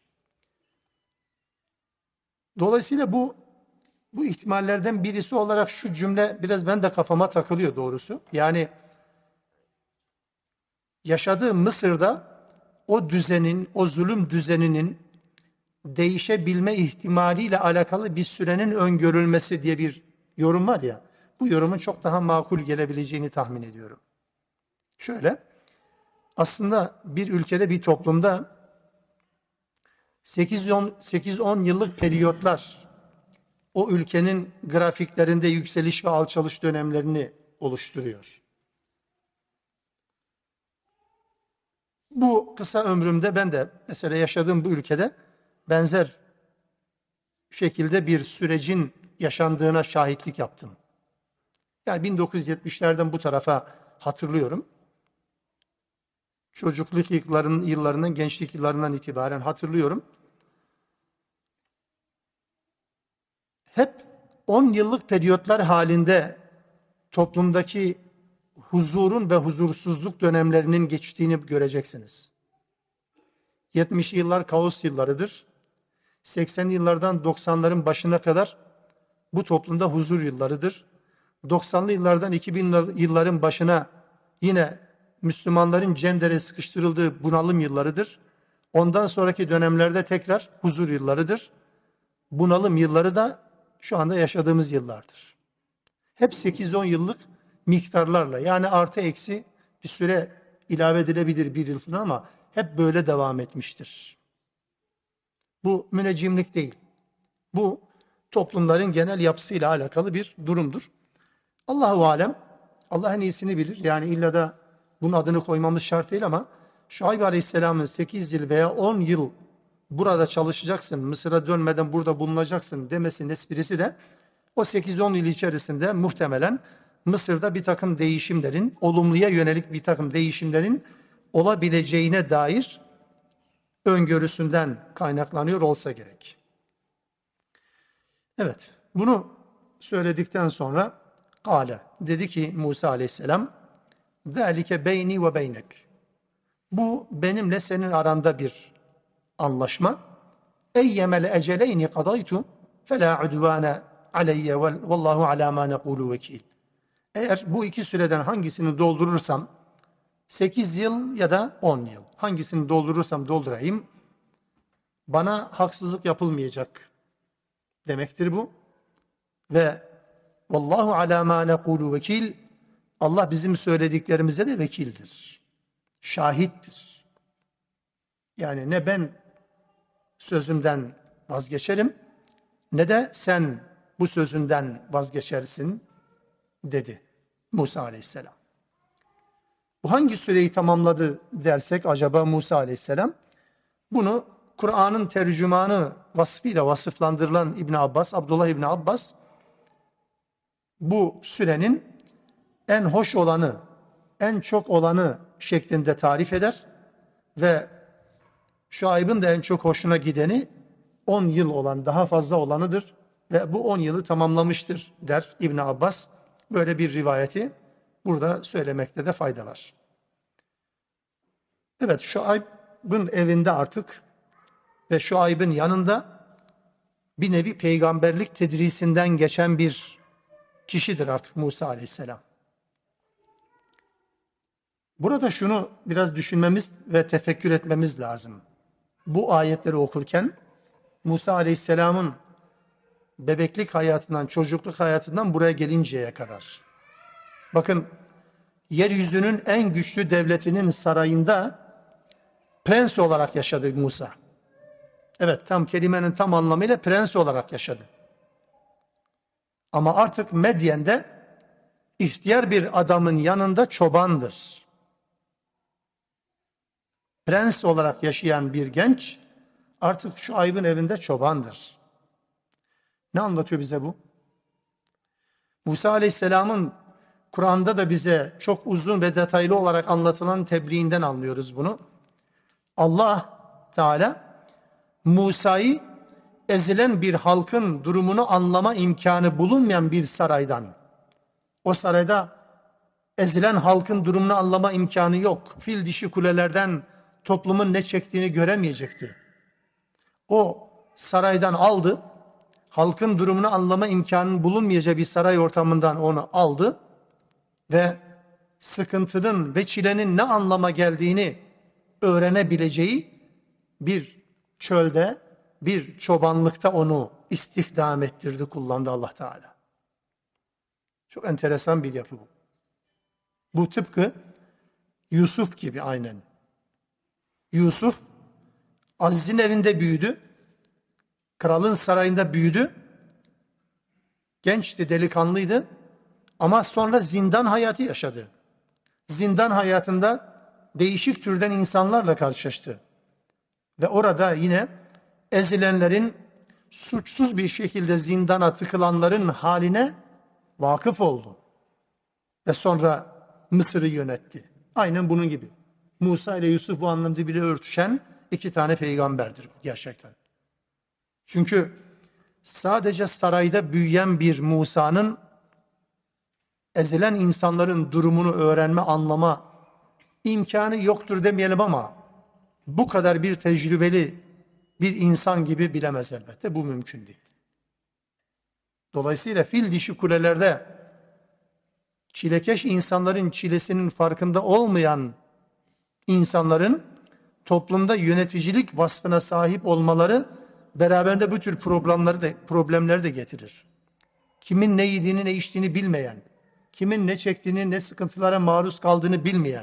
A: Dolayısıyla bu bu ihtimallerden birisi olarak şu cümle biraz ben de kafama takılıyor doğrusu. Yani yaşadığı Mısır'da o düzenin, o zulüm düzeninin değişebilme ihtimaliyle alakalı bir sürenin öngörülmesi diye bir yorum var ya, bu yorumun çok daha makul gelebileceğini tahmin ediyorum. Şöyle, aslında bir ülkede, bir toplumda sekiz on yıllık periyotlar o ülkenin grafiklerinde yükseliş ve alçalış dönemlerini oluşturuyor. Bu kısa ömrümde ben de mesela yaşadığım bu ülkede benzer şekilde bir sürecin yaşandığına şahitlik yaptım. Yani bin dokuz yüz yetmişlerden bu tarafa hatırlıyorum. Çocukluk yıllarının, yıllarından, gençlik yıllarından itibaren hatırlıyorum. Hep on yıllık periyotlar halinde toplumdaki huzurun ve huzursuzluk dönemlerinin geçtiğini göreceksiniz. yetmişli yıllar kaos yıllarıdır. seksenli yıllardan doksanların başına kadar bu toplumda huzur yıllarıdır. doksanlı yıllardan iki binli yılların başına yine Müslümanların cendere sıkıştırıldığı bunalım yıllarıdır. Ondan sonraki dönemlerde tekrar huzur yıllarıdır. Bunalım yılları da şu anda yaşadığımız yıllardır. Hep sekiz on yıllık miktarlarla, yani artı eksi bir süre ilave edilebilir bir yıl falan ama hep böyle devam etmiştir. Bu müneccimlik değil. Bu toplumların genel yapısıyla alakalı bir durumdur. Allahu alem, Allah en iyisini bilir. Yani illa da bunun adını koymamız şart değil ama Şuayb Aleyhisselam'ın sekiz yıl veya on yıl burada çalışacaksın, Mısır'a dönmeden burada bulunacaksın demesinin esprisi de o sekiz on yıl içerisinde muhtemelen Mısır'da bir takım değişimlerin, olumluya yönelik bir takım değişimlerin olabileceğine dair öngörüsünden kaynaklanıyor olsa gerek. Evet, bunu söyledikten sonra Kale, dedi ki Musa aleyhisselam, ذَٰلِكَ beyni ve beynek. Bu benimle senin aranda bir anlaşma. اَيَّمَ الْاَجَلَيْنِ قَضَيْتُ فَلَا عُدْوَانَ عَلَيَّ وَاللّٰهُ عَلَى مَا نَقُولُ vekil. Eğer bu iki süreden hangisini doldurursam, sekiz yıl ya da on yıl, hangisini doldurursam doldurayım, bana haksızlık yapılmayacak demektir bu. Ve vallahu ala ma nekulu vekil, Allah bizim söylediklerimize de vekildir. Şahittir. Yani ne ben sözümden vazgeçerim, ne de sen bu sözünden vazgeçersin dedi Musa aleyhisselam. Bu hangi süreyi tamamladı dersek acaba Musa aleyhisselam? Bunu Kur'an'ın tercümanı vasfıyla vasıflandırılan İbn Abbas, Abdullah İbn Abbas, bu sürenin en hoş olanı, en çok olanı şeklinde tarif eder ve Şuayb'ın da en çok hoşuna gideni on yıl olan, daha fazla olanıdır ve bu on yılı tamamlamıştır der İbn Abbas. Böyle bir rivayeti burada söylemekte de fayda var. Evet, Şuayb'ın evinde artık ve Şuayb'ın yanında bir nevi peygamberlik tedrisinden geçen bir kişidir artık Musa aleyhisselam. Burada şunu biraz düşünmemiz ve tefekkür etmemiz lazım. Bu ayetleri okurken Musa aleyhisselamın bebeklik hayatından, çocukluk hayatından buraya gelinceye kadar. Bakın, yeryüzünün en güçlü devletinin sarayında prens olarak yaşadı Musa. Evet, tam kelimenin tam anlamıyla prens olarak yaşadı. Ama artık Medyen'de ihtiyar bir adamın yanında çobandır. Prens olarak yaşayan bir genç artık Şuayb'ın evinde çobandır. Ne anlatıyor bize bu? Musa Aleyhisselam'ın Kur'an'da da bize çok uzun ve detaylı olarak anlatılan tebliğinden anlıyoruz bunu. Allah Teala Musa'yı ezilen bir halkın durumunu anlama imkanı bulunmayan bir saraydan, o sarayda ezilen halkın durumunu anlama imkanı yok, fil dişi kulelerden toplumun ne çektiğini göremeyecekti. O saraydan aldı, halkın durumunu anlama imkanının bulunmayacağı bir saray ortamından onu aldı ve sıkıntının ve çilenin ne anlama geldiğini öğrenebileceği bir çölde, bir çobanlıkta onu istihdam ettirdi, kullandı Allah Teala. Çok enteresan bir yapı bu. Bu tıpkı Yusuf gibi aynen. Yusuf Aziz'in evinde büyüdü. Kralın sarayında büyüdü. Gençti, delikanlıydı. Ama sonra zindan hayatı yaşadı. Zindan hayatında değişik türden insanlarla karşılaştı. Ve orada yine ezilenlerin, suçsuz bir şekilde zindana tıkılanların haline vakıf oldu. Ve sonra Mısır'ı yönetti. Aynen bunun gibi. Musa ile Yusuf bu anlamda bile örtüşen iki tane peygamberdir gerçekten. Çünkü sadece sarayda büyüyen bir Musa'nın ezilen insanların durumunu öğrenme, anlama imkanı yoktur demeyelim ama bu kadar bir tecrübeli bir insan gibi bilemez elbette. Bu mümkün değil. Dolayısıyla fil dişi kulelerde çilekeş insanların çilesinin farkında olmayan insanların toplumda yöneticilik vasfına sahip olmaları beraberinde bu tür problemleri de, problemleri de getirir. Kimin ne yediğini ne içtiğini bilmeyen, kimin ne çektiğini ne sıkıntılara maruz kaldığını bilmeyen,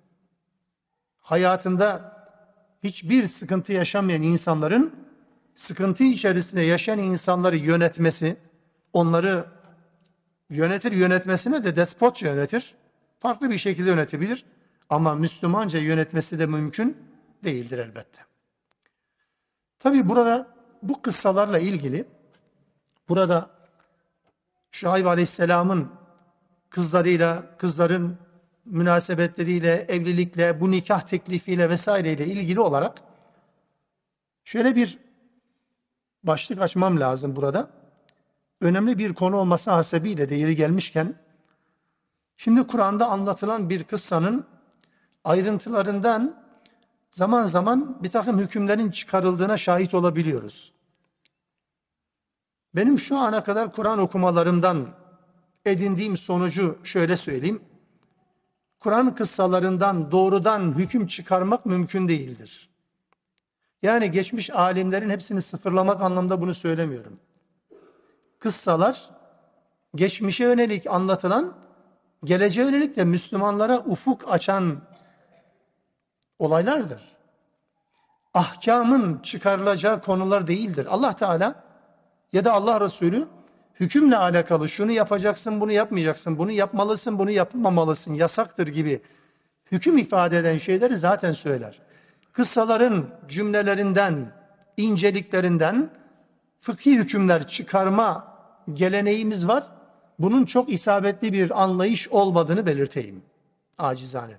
A: hayatında hiçbir sıkıntı yaşamayan insanların sıkıntı içerisinde yaşayan insanları yönetmesi, onları yönetir yönetmesine de despotça yönetir. Farklı bir şekilde yönetebilir. Ama Müslümanca yönetmesi de mümkün değildir elbette. Tabii burada bu kıssalarla ilgili burada Şuayb Aleyhisselam'ın kızlarıyla, kızların münasebetleriyle, evlilikle, bu nikah teklifiyle vesaireyle ilgili olarak şöyle bir başlık açmam lazım burada. Önemli bir konu olması hasebiyle de yeri gelmişken Şimdi Kur'an'da anlatılan bir kıssanın ayrıntılarından zaman zaman bir takım hükümlerin çıkarıldığına şahit olabiliyoruz. Benim şu ana kadar Kur'an okumalarımdan edindiğim sonucu şöyle söyleyeyim. Kur'an kıssalarından doğrudan hüküm çıkarmak mümkün değildir. Yani geçmiş alimlerin hepsini sıfırlamak anlamda bunu söylemiyorum. Kıssalar geçmişe yönelik anlatılan, geleceğe yönelik de Müslümanlara ufuk açan olaylardır. Ahkamın çıkarılacağı konular değildir. Allah Teala ya da Allah Resulü hükümle alakalı şunu yapacaksın, bunu yapmayacaksın, bunu yapmalısın, bunu yapmamalısın, yasaktır gibi hüküm ifade eden şeyleri zaten söyler. Kıssaların cümlelerinden, inceliklerinden fıkhi hükümler çıkarma geleneğimiz var. Bunun çok isabetli bir anlayış olmadığını belirteyim acizane.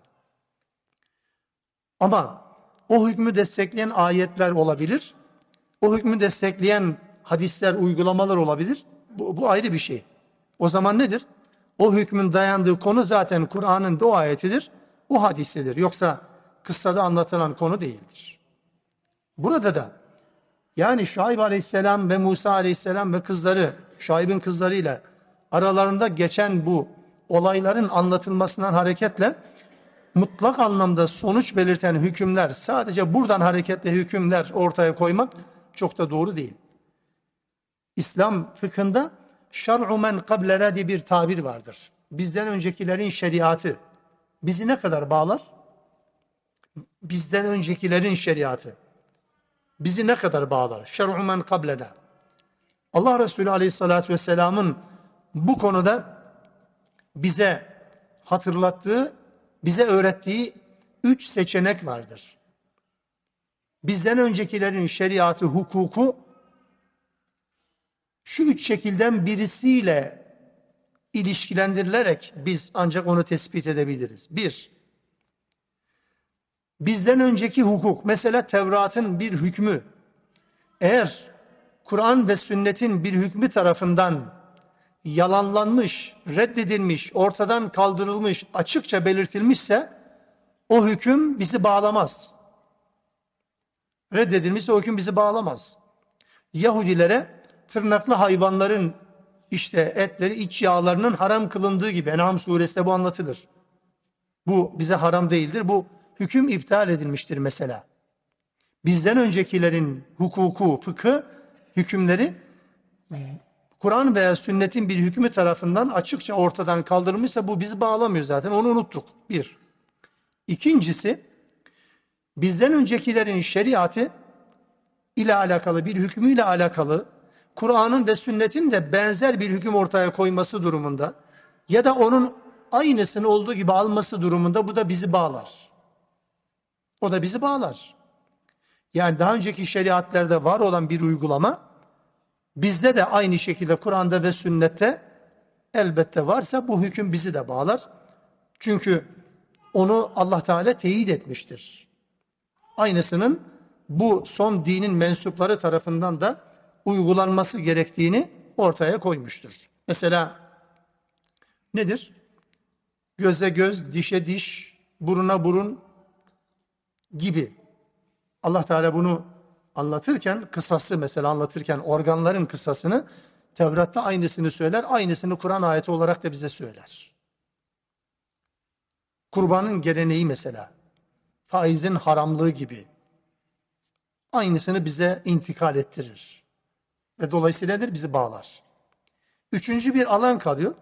A: Ama o hükmü destekleyen ayetler olabilir. O hükmü destekleyen hadisler, uygulamalar olabilir. Bu, bu ayrı bir şey. O zaman nedir? O hükmün dayandığı konu zaten Kur'an'ın da o ayetidir, o hadisidir. Yoksa kıssada anlatılan konu değildir. Burada da yani Şuayb Aleyhisselam ve Musa Aleyhisselam ve kızları, Şuayb'in kızlarıyla aralarında geçen bu olayların anlatılmasından hareketle mutlak anlamda sonuç belirten hükümler, sadece buradan hareketle hükümler ortaya koymak çok da doğru değil. İslam fıkhında şer'u men kablena diye bir tabir vardır. Bizden öncekilerin şeriatı bizi ne kadar bağlar? Bizden öncekilerin şeriatı bizi ne kadar bağlar? Şer'u men kablena. Allah Resulü Aleyhisselatü Vesselam'ın bu konuda bize hatırlattığı, bize öğrettiği üç seçenek vardır. Bizden öncekilerin şeriatı, hukuku şu üç şekilden birisiyle ilişkilendirilerek biz ancak onu tespit edebiliriz. Bir, bizden önceki hukuk, mesela Tevrat'ın bir hükmü, eğer Kur'an ve sünnetin bir hükmü tarafından yalanlanmış, reddedilmiş, ortadan kaldırılmış, açıkça belirtilmişse o hüküm bizi bağlamaz. Reddedilmişse o hüküm bizi bağlamaz. Yahudilere tırnaklı hayvanların işte etleri, iç yağlarının haram kılındığı gibi En'am suresinde bu anlatılır. Bu bize haram değildir. Bu hüküm iptal edilmiştir mesela. Bizden öncekilerin hukuku, fıkı, hükümleri Kur'an veya sünnetin bir hükmü tarafından açıkça ortadan kaldırılmışsa bu bizi bağlamıyor zaten. Onu unuttuk. Bir. İkincisi, bizden öncekilerin şeriatı ile alakalı, bir hükmüyle alakalı Kur'an'ın ve sünnetin de benzer bir hüküm ortaya koyması durumunda ya da onun aynısını olduğu gibi alması durumunda bu da bizi bağlar. O da bizi bağlar. Yani daha önceki şeriatlerde var olan bir uygulama bizde de aynı şekilde Kur'an'da ve sünnette elbette varsa bu hüküm bizi de bağlar. Çünkü onu Allah Teala teyit etmiştir. Aynısının bu son dinin mensupları tarafından da uygulanması gerektiğini ortaya koymuştur. Mesela nedir? Göze göz, dişe diş, buruna burun gibi. Allah Teala bunu anlatırken, kısası mesela anlatırken organların kısasını Tevrat'ta aynısını söyler, aynısını Kur'an ayeti olarak da bize söyler. Kurbanın geleneği mesela, faizin haramlığı gibi aynısını bize intikal ettirir. Ve dolayısıyla nedir? Bizi bağlar. Üçüncü bir alan kalıyor.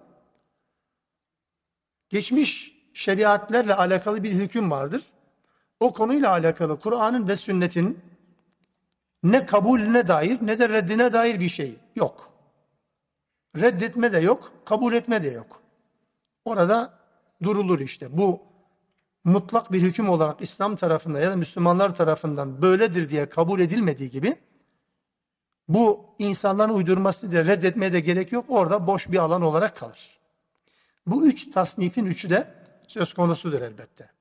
A: Geçmiş şeriatlerle alakalı bir hüküm vardır. O konuyla alakalı Kur'an'ın ve sünnetin ne kabulüne dair ne de reddine dair bir şey yok. Reddetme de yok, kabul etme de yok. Orada durulur işte. Bu mutlak bir hüküm olarak İslam tarafından ya da Müslümanlar tarafından böyledir diye kabul edilmediği gibi bu insanların uydurması diye reddetmeye de gerek yok. Orada boş bir alan olarak kalır. Bu üç tasnifin üçü de söz konusudur elbette.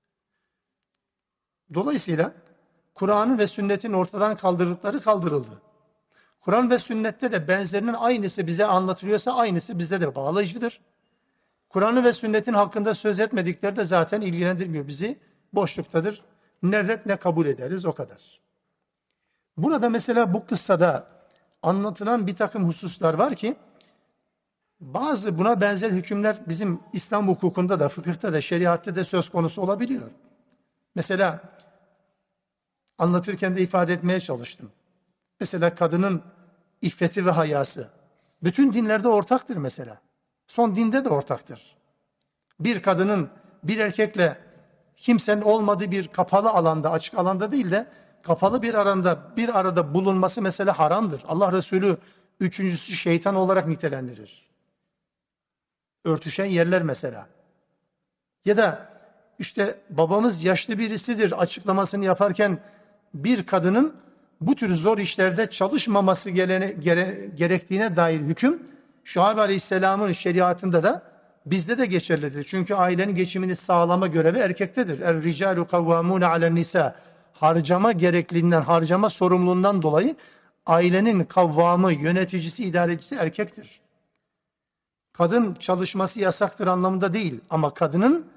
A: Dolayısıyla Kur'an'ın ve sünnetin ortadan kaldırdıkları kaldırıldı. Kur'an ve sünnette de benzerinin aynısı bize anlatılıyorsa aynısı bizde de bağlayıcıdır. Kur'an'ı ve sünnetin hakkında söz etmedikleri de zaten ilgilendirmiyor bizi. Boşluktadır. Ne red ne kabul ederiz, o kadar. Burada mesela bu kıssada anlatılan bir takım hususlar var ki, bazı buna benzer hükümler bizim İslam hukukunda da, fıkıhta da, şeriatta da söz konusu olabiliyor. Mesela anlatırken de ifade etmeye çalıştım. Mesela kadının iffeti ve hayası. Bütün dinlerde ortaktır mesela. Son dinde de ortaktır. Bir kadının bir erkekle kimsenin olmadığı bir kapalı alanda, açık alanda değil de kapalı bir arada bir arada bulunması mesela haramdır. Allah Resulü üçüncüsü şeytan olarak nitelendirir. Örtüşen yerler mesela. Ya da işte babamız yaşlı birisidir açıklamasını yaparken bir kadının bu tür zor işlerde çalışmaması gelene, gere, gerektiğine dair hüküm Şuayb Aleyhisselam'ın şeriatında da bizde de geçerlidir. Çünkü ailenin geçimini sağlama görevi erkektedir. Er ricalu kavvamune alen nisa. Harcama gerekliliğinden, harcama sorumluluğundan dolayı ailenin kavvamı, yöneticisi, idarecisi erkektir. Kadın çalışması yasaktır anlamında değil, ama kadının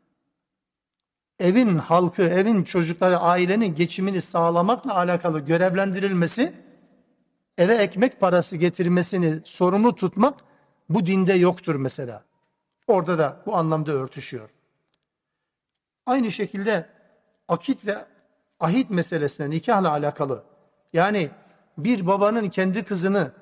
A: evin halkı, evin çocukları, ailenin geçimini sağlamakla alakalı görevlendirilmesi, eve ekmek parası getirmesini sorumlu tutmak bu dinde yoktur mesela. Orada da bu anlamda örtüşüyor. Aynı şekilde akit ve ahit meselesine, nikahla alakalı. Yani bir babanın kendi kızını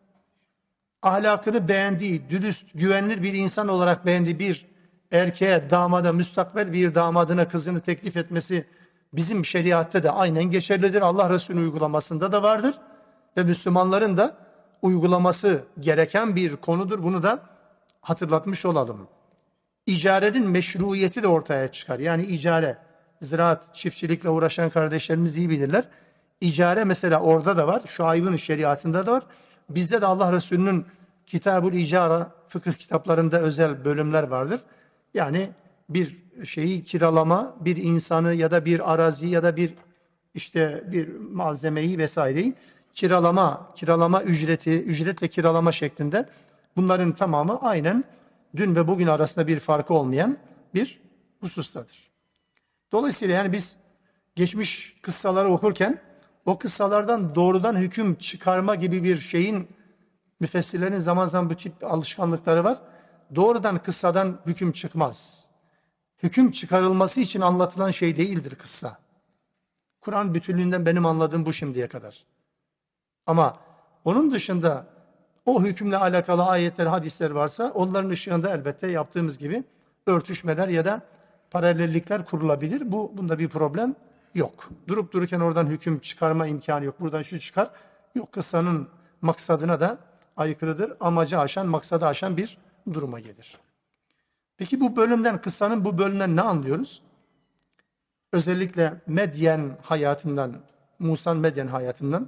A: ahlakını beğendiği, dürüst, güvenilir bir insan olarak beğendiği bir erkeğe, damada, müstakbel bir damadına kızını teklif etmesi bizim şeriatte de aynen geçerlidir. Allah Resulü uygulamasında da vardır. Ve Müslümanların da uygulaması gereken bir konudur. Bunu da hatırlatmış olalım. İcarenin meşruiyeti de ortaya çıkar. Yani icare, ziraat, çiftçilikle uğraşan kardeşlerimiz iyi bilirler. İcare mesela orada da var. Şuayb'ın şeriatında da var. Bizde de Allah Resulü'nün Kitab-ül İcara, fıkıh kitaplarında özel bölümler vardır. Yani bir şeyi kiralama, bir insanı ya da bir arazi ya da bir işte bir malzemeyi vesaireyi kiralama, kiralama ücreti, ücretle kiralama şeklinde, bunların tamamı aynen dün ve bugün arasında bir farkı olmayan bir husustadır. Dolayısıyla yani biz geçmiş kıssaları okurken o kıssalardan doğrudan hüküm çıkarma gibi bir şeyin, müfessirlerin zaman zaman bu tip alışkanlıkları var. Doğrudan kıssadan hüküm çıkmaz. Hüküm çıkarılması için anlatılan şey değildir kıssa. Kur'an bütünlüğünden benim anladığım bu şimdiye kadar. Ama onun dışında o hükümle alakalı ayetler, hadisler varsa onların ışığında elbette yaptığımız gibi örtüşmeler ya da paralellikler kurulabilir. Bu, bunda bir problem yok. Durup dururken oradan hüküm çıkarma imkanı yok. Buradan şu çıkar. Yok, kıssanın maksadına da aykırıdır. Amacı aşan, maksadı aşan bir duruma gelir. Peki bu bölümden, kıssanın bu bölümden ne anlıyoruz? Özellikle Medyen hayatından, Musa'nın Medyen hayatından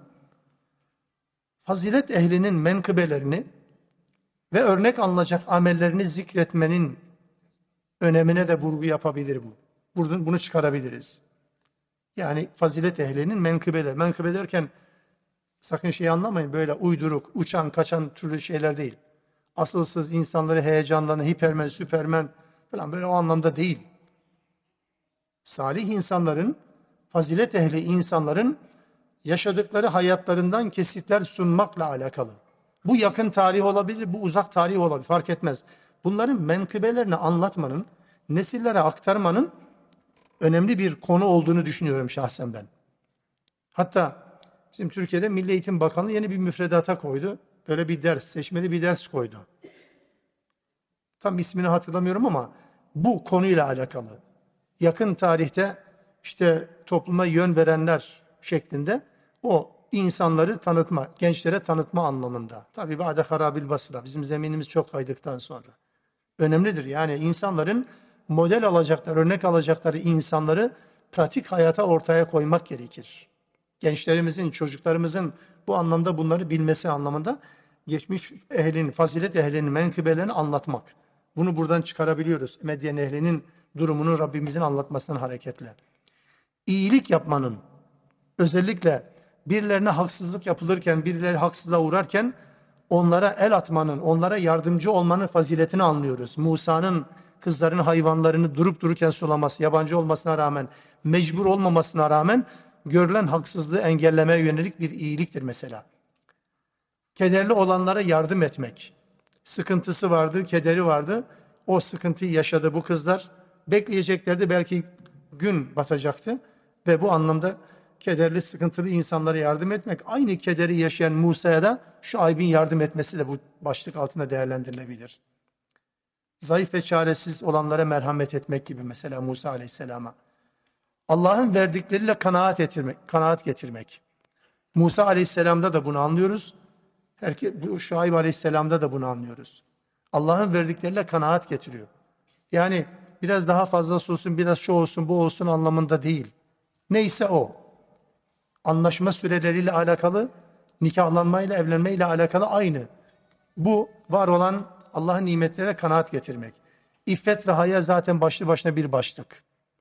A: fazilet ehlinin menkıbelerini ve örnek alınacak amellerini zikretmenin önemine de vurgu yapabilir bu. Buradan bunu çıkarabiliriz. Yani fazilet ehlinin menkıbeleri. Menkıbe derken sakın şey anlamayın, böyle uyduruk, uçan, kaçan türlü şeyler değil. Asılsız insanları heyecanlanan, hipermen, süpermen falan, böyle o anlamda değil. Salih insanların, fazilet ehli insanların yaşadıkları hayatlarından kesitler sunmakla alakalı. Bu yakın tarih olabilir, bu uzak tarih olabilir, fark etmez. Bunların menkıbelerini anlatmanın, nesillere aktarmanın önemli bir konu olduğunu düşünüyorum şahsen ben. Hatta bizim Türkiye'de Milli Eğitim Bakanlığı yeni bir müfredata koydu. Böyle bir ders, seçmeli bir ders koydu. Tam ismini hatırlamıyorum ama bu konuyla alakalı. Yakın tarihte işte topluma yön verenler şeklinde o insanları tanıtma, gençlere tanıtma anlamında. Tabii ba'de harabil basra, bizim zeminimiz çok kaydıktan sonra. Önemlidir yani insanların model alacakları, örnek alacakları insanları pratik hayata ortaya koymak gerekir. Gençlerimizin, çocuklarımızın bu anlamda bunları bilmesi anlamında geçmiş ehlinin, fazilet ehlinin menkıbelerini anlatmak. Bunu buradan çıkarabiliyoruz. Medyen ehlinin durumunu Rabbimizin anlatmasından hareketle. İyilik yapmanın, özellikle birilerine haksızlık yapılırken, birileri haksızlığa uğrarken onlara el atmanın, onlara yardımcı olmanın faziletini anlıyoruz. Musa'nın kızların hayvanlarını durup dururken sulaması, yabancı olmasına rağmen, mecbur olmamasına rağmen görülen haksızlığı engellemeye yönelik bir iyiliktir mesela. Kederli olanlara yardım etmek. Sıkıntısı vardı, kederi vardı. O sıkıntıyı yaşadı bu kızlar. Bekleyeceklerdi, belki gün batacaktı. Ve bu anlamda kederli, sıkıntılı insanlara yardım etmek, aynı kederi yaşayan Musa'ya da Şuayb'in yardım etmesi de bu başlık altında değerlendirilebilir. Zayıf ve çaresiz olanlara merhamet etmek gibi mesela Musa Aleyhisselam'a. Allah'ın verdikleriyle kanaat getirmek, kanaat getirmek. Musa Aleyhisselam'da da bunu anlıyoruz. Herkes, bu Şuayb Aleyhisselam'da da bunu anlıyoruz. Allah'ın verdikleriyle kanaat getiriyor. Yani biraz daha fazlası olsun, biraz şu olsun, bu olsun anlamında değil. Neyse o. Anlaşma süreleriyle alakalı, nikahlanmayla, evlenmeyle alakalı aynı. Bu var olan Allah'ın nimetlerine kanaat getirmek. İffet ve haya zaten başlı başına bir başlık.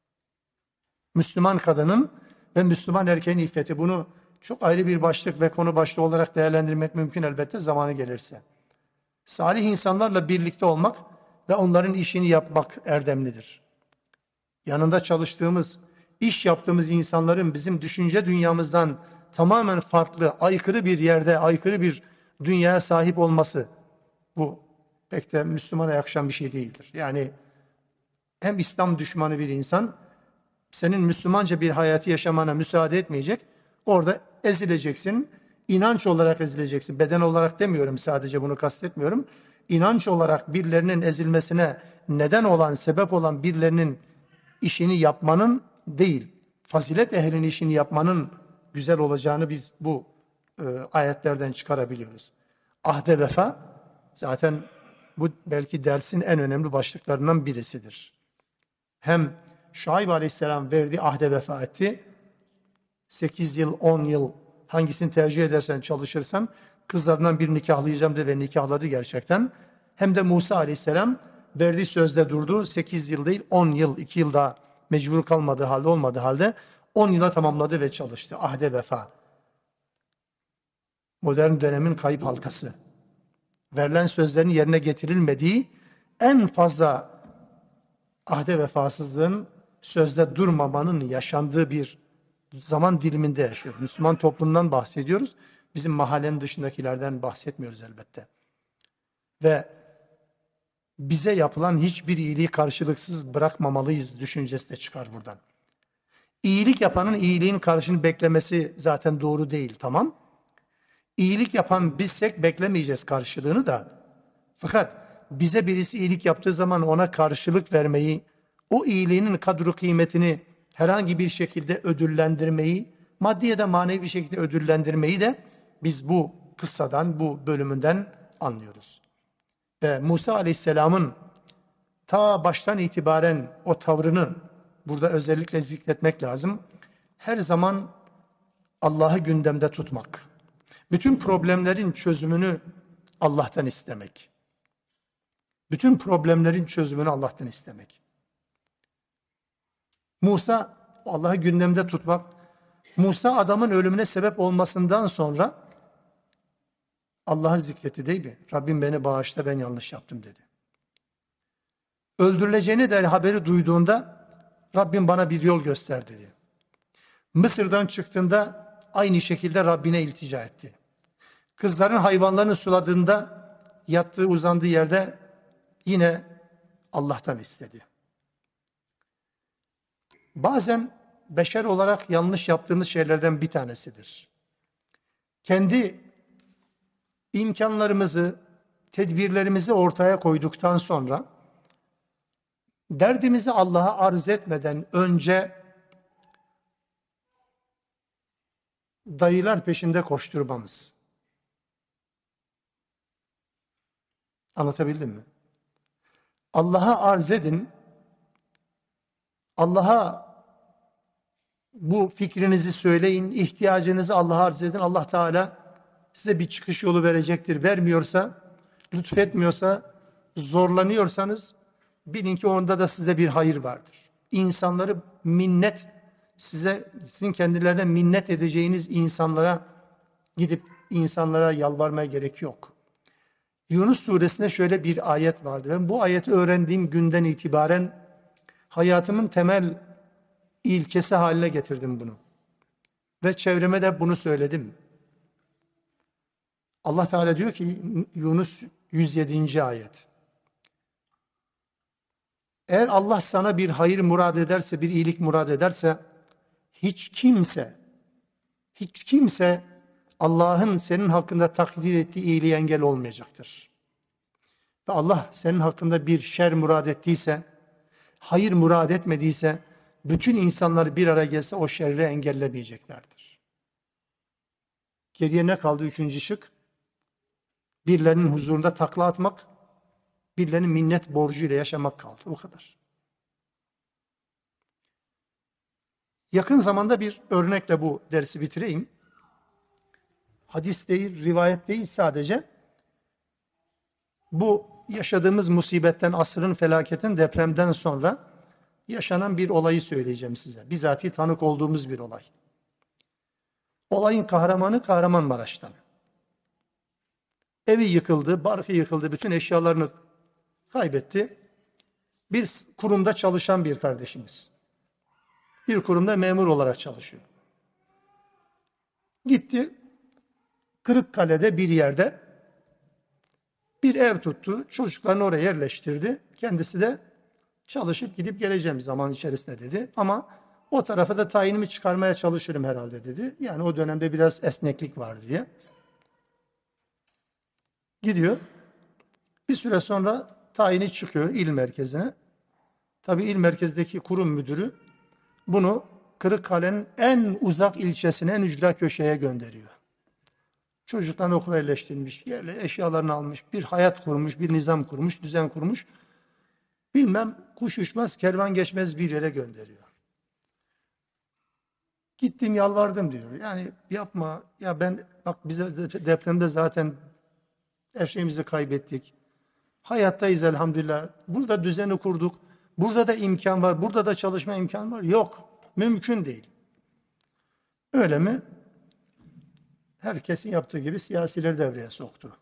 A: Müslüman kadının ve Müslüman erkeğin iffeti, bunu çok ayrı bir başlık ve konu başlığı olarak değerlendirmek mümkün elbette zamanı gelirse. Salih insanlarla birlikte olmak ve onların işini yapmak erdemlidir. Yanında çalıştığımız, iş yaptığımız insanların bizim düşünce dünyamızdan tamamen farklı, aykırı bir yerde, aykırı bir dünyaya sahip olması, bu pek de Müslümana yakışan bir şey değildir. Yani hem İslam düşmanı bir insan, senin Müslümanca bir hayatı yaşamana müsaade etmeyecek, orada ezileceksin, inanç olarak ezileceksin. Beden olarak demiyorum, sadece bunu kastetmiyorum. İnanç olarak birilerinin ezilmesine neden olan, sebep olan birilerinin işini yapmanın değil, fazilet ehlinin işini yapmanın güzel olacağını biz bu e, ayetlerden çıkarabiliyoruz. Ahde vefa, zaten bu belki dersin en önemli başlıklarından birisidir. Hem Şuayb Aleyhisselam verdiği ahde vefa etti. sekiz yıl, on yıl hangisini tercih edersen, çalışırsan kızlarından bir nikahlayacağım dedi ve nikahladı gerçekten. Hem de Musa Aleyhisselam verdiği sözde durdu. sekiz yıl değil, on yıl, iki yıl daha mecbur kalmadığı halde, olmadığı halde on yıla tamamladı ve çalıştı. Ahde vefa. Modern dönemin kayıp halkası. Verilen sözlerin yerine getirilmediği, en fazla ahde vefasızlığın, sözde durmamanın yaşandığı bir zaman diliminde yaşıyoruz. Müslüman toplumdan bahsediyoruz. Bizim mahallenin dışındakilerden bahsetmiyoruz elbette. Ve bize yapılan hiçbir iyiliği karşılıksız bırakmamalıyız düşüncesi de çıkar buradan. İyilik yapanın iyiliğin karşılığını beklemesi zaten doğru değil, tamam. İyilik yapan bizsek beklemeyeceğiz karşılığını da. Fakat bize birisi iyilik yaptığı zaman ona karşılık vermeyi, o iyiliğinin kadru kıymetini herhangi bir şekilde ödüllendirmeyi, maddi ya da manevi bir şekilde ödüllendirmeyi de biz bu kıssadan, bu bölümünden anlıyoruz. Ve Musa Aleyhisselam'ın ta baştan itibaren o tavrını burada özellikle zikretmek lazım. Her zaman Allah'ı gündemde tutmak. Bütün problemlerin çözümünü Allah'tan istemek. Bütün problemlerin çözümünü Allah'tan istemek. Musa, Allah'ı gündemde tutmak. Musa adamın ölümüne sebep olmasından sonra Allah'ı zikretti değil mi? Rabbim beni bağışla, ben yanlış yaptım dedi. Öldürüleceğini de haberi duyduğunda Rabbim bana bir yol göster dedi. Mısır'dan çıktığında aynı şekilde Rabbine iltica etti. Kızların hayvanlarını suladığında yattığı, uzandığı yerde yine Allah'tan istedi. Bazen beşer olarak yanlış yaptığımız şeylerden bir tanesidir. Kendi imkanlarımızı, tedbirlerimizi ortaya koyduktan sonra derdimizi Allah'a arz etmeden önce dayılar peşinde koşturmamız. Anlatabildim mi? Allah'a arz edin, Allah'a bu fikrinizi söyleyin, ihtiyacınızı Allah'a arz edin. Allah Teala size bir çıkış yolu verecektir. Vermiyorsa, lütfetmiyorsa, zorlanıyorsanız bilin ki onda da size bir hayır vardır. İnsanları minnet, size, sizin kendilerine minnet edeceğiniz insanlara gidip insanlara yalvarmaya gerek yok. Yunus suresinde şöyle bir ayet vardı. Ben bu ayeti öğrendiğim günden itibaren hayatımın temel ilkesi haline getirdim bunu. Ve çevreme de bunu söyledim. Allah Teala diyor ki Yunus yüz yedinci ayet. Eğer Allah sana bir hayır murad ederse, bir iyilik murad ederse hiç kimse, hiç kimse Allah'ın senin hakkında takdir ettiği iyiliğe engel olmayacaktır. Ve Allah senin hakkında bir şer murad ettiyse, hayır murad etmediyse, bütün insanlar bir araya gelse o şerri engellemeyeceklerdir. Geriye ne kaldı üçüncü şık? Birilerinin huzurunda takla atmak, birilerinin minnet borcuyla yaşamak kaldı. O kadar. Yakın zamanda bir örnekle bu dersi bitireyim. Hadis değil, rivayet değil sadece. Bu yaşadığımız musibetten, asrın felaketin depremden sonra yaşanan bir olayı söyleyeceğim size. Bizatihi tanık olduğumuz bir olay. Olayın kahramanı Kahramanmaraş'tan. Evi yıkıldı, barkı yıkıldı, bütün eşyalarını kaybetti. Bir kurumda çalışan bir kardeşimiz. Bir kurumda memur olarak çalışıyor. Gitti, Kırıkkale'de bir yerde bir ev tuttu, çocuklarını oraya yerleştirdi. Kendisi de çalışıp gidip geleceğim zaman içerisinde dedi. Ama o tarafa da tayinimi çıkarmaya çalışırım herhalde dedi. Yani o dönemde biraz esneklik var diye. Gidiyor. Bir süre sonra tayini çıkıyor il merkezine. Tabii il merkezdeki kurum müdürü bunu Kırıkkale'nin en uzak ilçesine, en ücra köşeye gönderiyor. Çocuklarını okula yerleştirmiş, yerle eşyalarını almış, bir hayat kurmuş, bir nizam kurmuş, düzen kurmuş. Bilmem kuş uçmaz, kervan geçmez bir yere gönderiyor. Gittim yalvardım diyor. Yani yapma, ya ben bak bize depremde zaten her şeyimizi kaybettik. Hayattayız elhamdülillah. Burada düzeni kurduk. Burada da imkan var. Burada da çalışma imkanı var. Yok. Mümkün değil. Öyle mi? Herkesin yaptığı gibi siyasileri devreye soktu.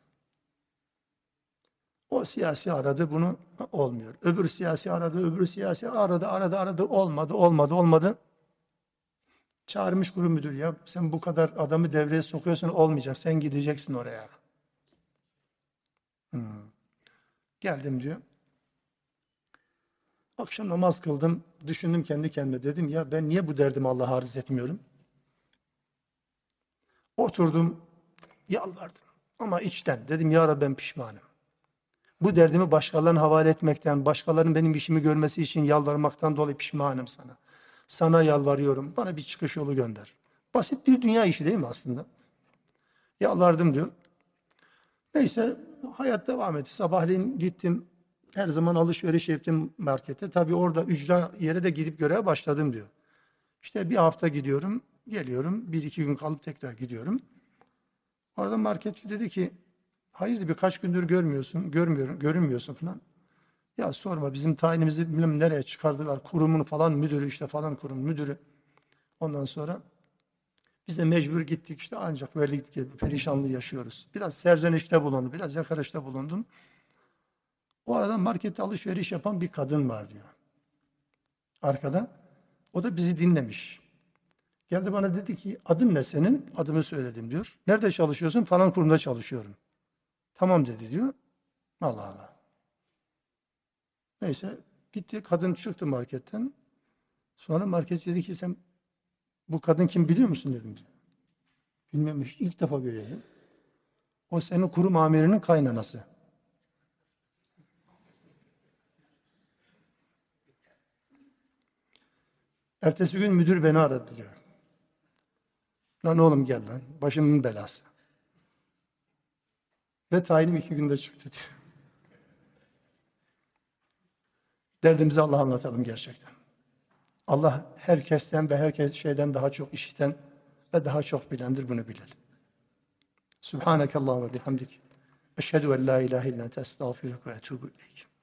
A: O siyasi aradı bunu, olmuyor. Öbür siyasi aradı, öbür siyasi aradı, aradı, aradı, olmadı, olmadı, olmadı. Çağırmış kurum müdürü, ya sen bu kadar adamı devreye sokuyorsun, olmayacak, sen gideceksin oraya. Hmm. Geldim diyor. Akşam namaz kıldım, düşündüm kendi kendime, dedim ya ben niye bu derdimi Allah'a arz etmiyorum? Oturdum, yalvardım ama içten, dedim ya Rabbi ben pişmanım. Bu derdimi başkalarına havale etmekten, başkalarının benim işimi görmesi için yalvarmaktan dolayı pişmanım sana. Sana yalvarıyorum, bana bir çıkış yolu gönder. Basit bir dünya işi değil mi aslında? Yalvardım diyor. Neyse, hayat devam etti. Sabahleyin gittim, her zaman alışveriş yaptım markete. Tabii orada ücra yere de gidip göreve başladım diyor. İşte bir hafta gidiyorum, geliyorum, bir iki gün kalıp tekrar gidiyorum. Orada marketçi dedi ki, hayırdır birkaç gündür görmüyorsun, görmüyorum, görünmüyorsun falan. Ya sorma, bizim tayinimizi bilmem nereye çıkardılar, kurumun falan müdürü, işte falan kurum müdürü. Ondan sonra biz de mecbur gittik işte, ancak böyle perişanlığı yaşıyoruz. Biraz serzenişte bulundum, biraz yakarışta bulundum. O arada markette alışveriş yapan bir kadın var diyor. Arkada. O da bizi dinlemiş. Geldi bana dedi ki, adın ne senin? Adımı söyledim diyor. Nerede çalışıyorsun? Falan kurumda çalışıyorum. Tamam dedi diyor. Allah Allah. Neyse gitti, kadın çıktı marketten. Sonra marketçi dedi ki, sen bu kadın kim biliyor musun dedim diyor. Bilmiyorum, ilk defa görüyorum. O senin kurum amirinin kaynanası. Ertesi gün müdür beni aradı diyor. Lan oğlum gel lan, başımın belası. Ve tayinim iki günde çıktı diyor. Derdimizi Allah'a anlatalım gerçekten. Allah herkesten ve herkes şeyden daha çok işiten ve daha çok bilendir, bunu bilelim. Subhanakallahumma bihamdik. Eşhedü en la ilahe illa ente estağfiruke ve etûbü ileyk.